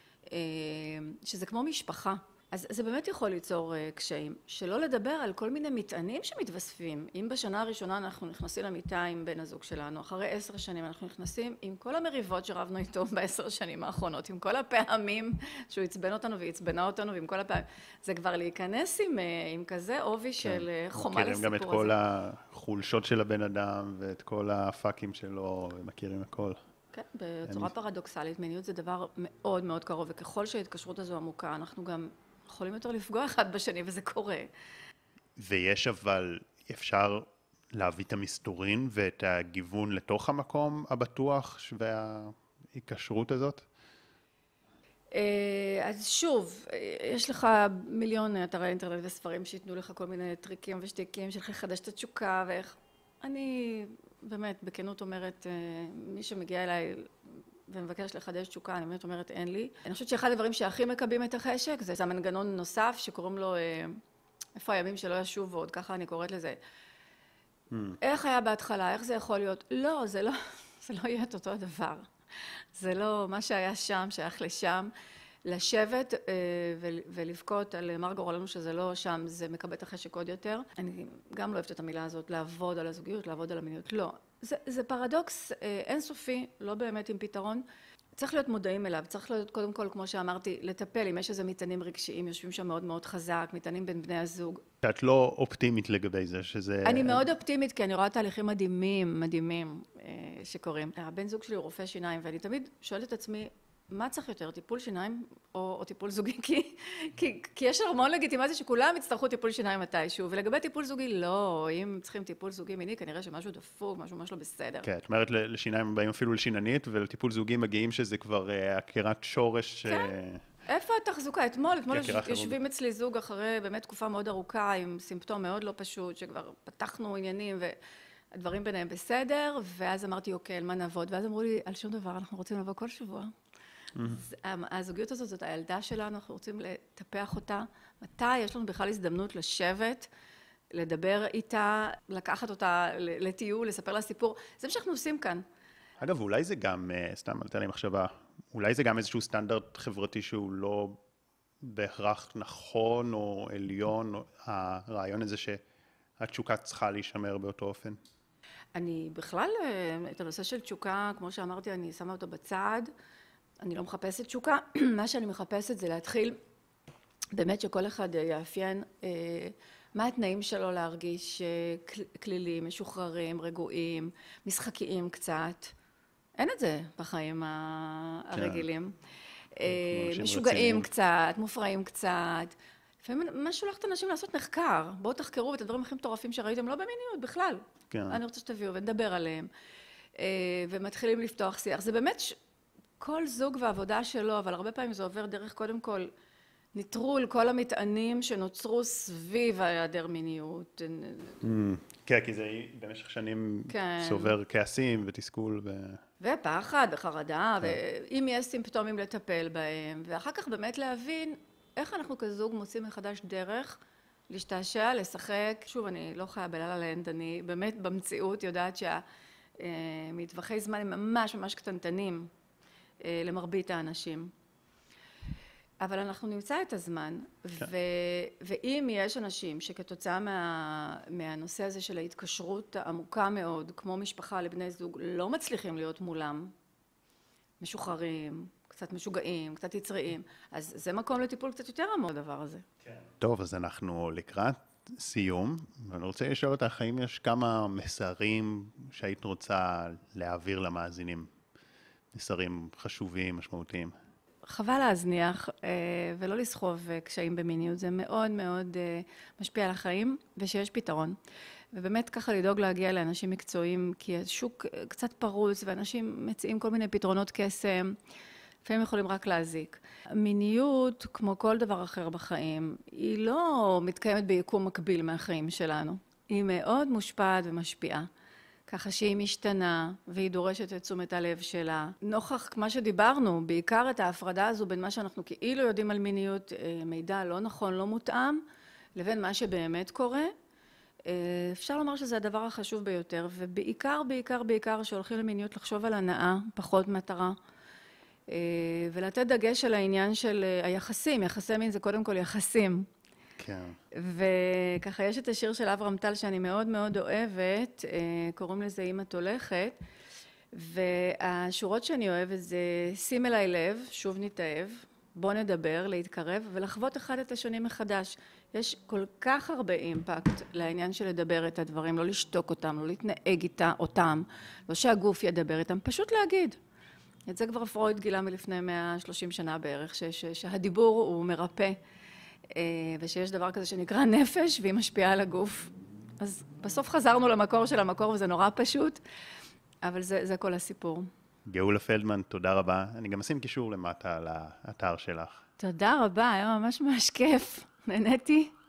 שזה כמו משפחה. אז זה באמת יכול ליצור קשיים. שלא לדבר על כל מיני מטענים שמתווספים. אם בשנה הראשונה אנחנו נכנסים למיטה עם בן הזוג שלנו, אחרי 10 שנים אנחנו נכנסים עם כל המריבות שרבנו איתו ב10 שנים האחרונות, עם כל הפעמים שהוא עצבן אותנו והצבנה אותנו, ועם כל הפעמים. זה כבר להיכנס עם כזה עובי של חומה לסיפור הזה. מכירים גם את כל החולשות של הבן אדם ואת כל הפאקים שלו, ומכירים הכל. כן, בצורה פרדוקסלית, מיניות זה דבר מאוד מאוד קרוב, וככל שההתקשרות הזו עמוקה, אנחנו גם יכולים יותר לפגוע אחד בשני, וזה קורה. ויש אבל, אפשר להביא את המסתורין ואת הגיוון לתוך המקום הבטוח וההיקשרות הזאת? אז שוב, יש לך מיליון אתרי אינטרנט וספרים שיתנו לך כל מיני טריקים ושטיקים של איך לחדש את התשוקה ואיך... אני באמת בכנות אומרת, מי שמגיע אליי ומבקש לחדש תשוקה, אני באמת אומרת אין לי. אני חושבת שאחד הדברים שהכי מקבים את החשק, זה המנגנון נוסף שקוראים לו איפה הימים שלא ישוב עוד, ככה אני קוראת לזה. איך היה בהתחלה, איך זה יכול להיות? לא, זה לא יהיה את אותו הדבר. זה לא מה שהיה שם, שייך לשם. לשבת ולבכות על מר גורלנו שזה לא שם, זה מקבל את החשק עוד יותר. אני גם לא אוהבת את המילה הזאת, לעבוד על הזוגיות, לעבוד על המיניות. לא. זה פרדוקס אינסופי, לא באמת עם פתרון. צריך להיות מודעים אליו, צריך להיות קודם כל, כמו שאמרתי, לטפל אם יש איזה מטענים רגשיים, יושבים שם מאוד מאוד חזק, מטענים בין בני הזוג. שאת לא אופטימית לגבי זה, שזה... אני מאוד אופטימית, כי אני רואה תהליכים מדהימים, מדהימים שקורים. הבן זוג שלי הוא רופא שיניים, ואני תמיד שואלת את עצמי, מה צריך יותר, טיפול שיניים או טיפול זוגי? כי יש המון לגיטימציה שכולם יצטרכו טיפול שיניים מתישהו, ולגבי טיפול זוגי, לא, אם צריכים טיפול זוגי מיני, כנראה שמשהו דפוק, משהו לא בסדר. כן, את אומרת לשיניים באים אפילו לשיננית, ולטיפול זוגי מגיעים שזה כבר הכרת שורש... כן. איפה התחזוקה? אתמול יושבים אצלי זוג אחרי באמת תקופה מאוד ארוכה, עם סימפטום מאוד לא פשוט, שכבר פתחנו עניינים והדברים ביניהם בסדר, ואז אמרתי, אוקיי, על מה נעבוד? ואז אמרו לי, על שום דבר, אנחנו רוצים לבוא כל שבוע. הזוגיות הזאת, זאת הילדה שלנו, אנחנו רוצים לטפח אותה. מתי יש לנו בכלל הזדמנות לשבת, לדבר איתה, לקחת אותה לטיול, לספר לה סיפור? זה מה שאנחנו עושים כאן. אגב, אולי זה גם, סתם עלתה לי מחשבה, אולי זה גם איזשהו סטנדרט חברתי שהוא לא בהכרח נכון או עליון, או הרעיון הזה שהתשוקה צריכה להישמר באותו אופן. אני בכלל, את הנושא של תשוקה, כמו שאמרתי, אני שמה אותו בצד. אני לא מחפשת תשוקה. מה שאני מחפשת זה להתחיל, באמת שכל אחד יאפיין מה התנאים שלו להרגיש כלילים, משוחררים, רגועים, משחקיים קצת. אין את זה בחיים הרגילים. משוגעים קצת, מופרעים קצת. לפעמים מה שולח את האנשים לעשות מחקר. בואו תחקרו את הדברים הכי מטורפים שראיתם, לא במיניות בכלל. אני רוצה שתביאו ונדבר עליהם. ומתחילים לפתוח שיח. זה באמת כל זוג ועבודה שלו, אבל הרבה פעמים זה עובר דרך קודם כל נטרול כל המטענים שנוצרו סביב היעדר מיניות. כן, כי זה במשך שנים סובר כעסים ותסכול. ופחד וחרדה, ואם יש סימפטומים לטפל בהם, ואחר כך באמת להבין איך אנחנו כזוג מוצאים מחדש דרך להשתעשע, לשחק. שוב, אני לא חיה בלה לה לנד, אני באמת במציאות יודעת שהמטווחי זמן הם ממש ממש קטנטנים למרבית האנשים. אבל אנחנו נמצא את הזמן, ואם יש אנשים שכתוצאה מהנושא הזה של ההתקשרות העמוקה מאוד, כמו משפחה לבני זוג, לא מצליחים להיות מולם, משוחררים, קצת משוגעים, קצת יצריים, אז זה מקום לטיפול קצת יותר עמוק הדבר הזה. טוב, אז אנחנו לקראת סיום, ואני רוצה לשאול אותך, האם יש כמה מסרים שהיית רוצה להעביר למאזינים? מסרים חשובים, משמעותיים. חבל להזניח ולא לסחוב קשיים במיניות, זה מאוד מאוד משפיע על החיים, ושיש פתרון. ובאמת ככה לדאוג להגיע לאנשים מקצועיים, כי השוק קצת פרוץ, ואנשים מציעים כל מיני פתרונות קסם, לפעמים יכולים רק להזיק. מיניות, כמו כל דבר אחר בחיים, היא לא מתקיימת ביקום מקביל מהחיים שלנו. היא מאוד מושפעת ומשפיעה. ככה שהיא משתנה, והיא דורשת את תשומת הלב שלה. נוכח מה שדיברנו, בעיקר את ההפרדה הזו בין מה שאנחנו כאילו יודעים על מיניות, מידע לא נכון, לא מותאם, לבין מה שבאמת קורה. אפשר לומר שזה הדבר החשוב ביותר, ובעיקר, בעיקר, בעיקר, שהולכים למיניות לחשוב על הנאה, פחות מטרה, ולתת דגש על העניין של היחסים. יחסי מין זה קודם כל יחסים. כן. וככה יש את השיר של אברהם טל שאני מאוד מאוד אוהבת, קוראים לזה אמא תולכת, והשורות שאני אוהבת זה שים אליי לב, שוב נתאהב, בוא נדבר, להתקרב ולחוות אחד את השני מחדש. יש כל כך הרבה אימפקט לעניין של לדבר את הדברים, לא לשתוק אותם, לא להתנהג אותם, לא שהגוף ידבר איתם, פשוט להגיד. את זה כבר פרויד גילה מלפני 130 שנה בערך, שהדיבור הוא מרפא. ושיש דבר כזה שנקרא נפש, והיא משפיעה על הגוף. אז בסוף חזרנו למקור של המקור, וזה נורא פשוט, אבל זה כל הסיפור. גאולה פלדמן, תודה רבה. אני גם אשים קישור למטה לאתר שלך. תודה רבה, היה ממש ממש כיף. נהניתי.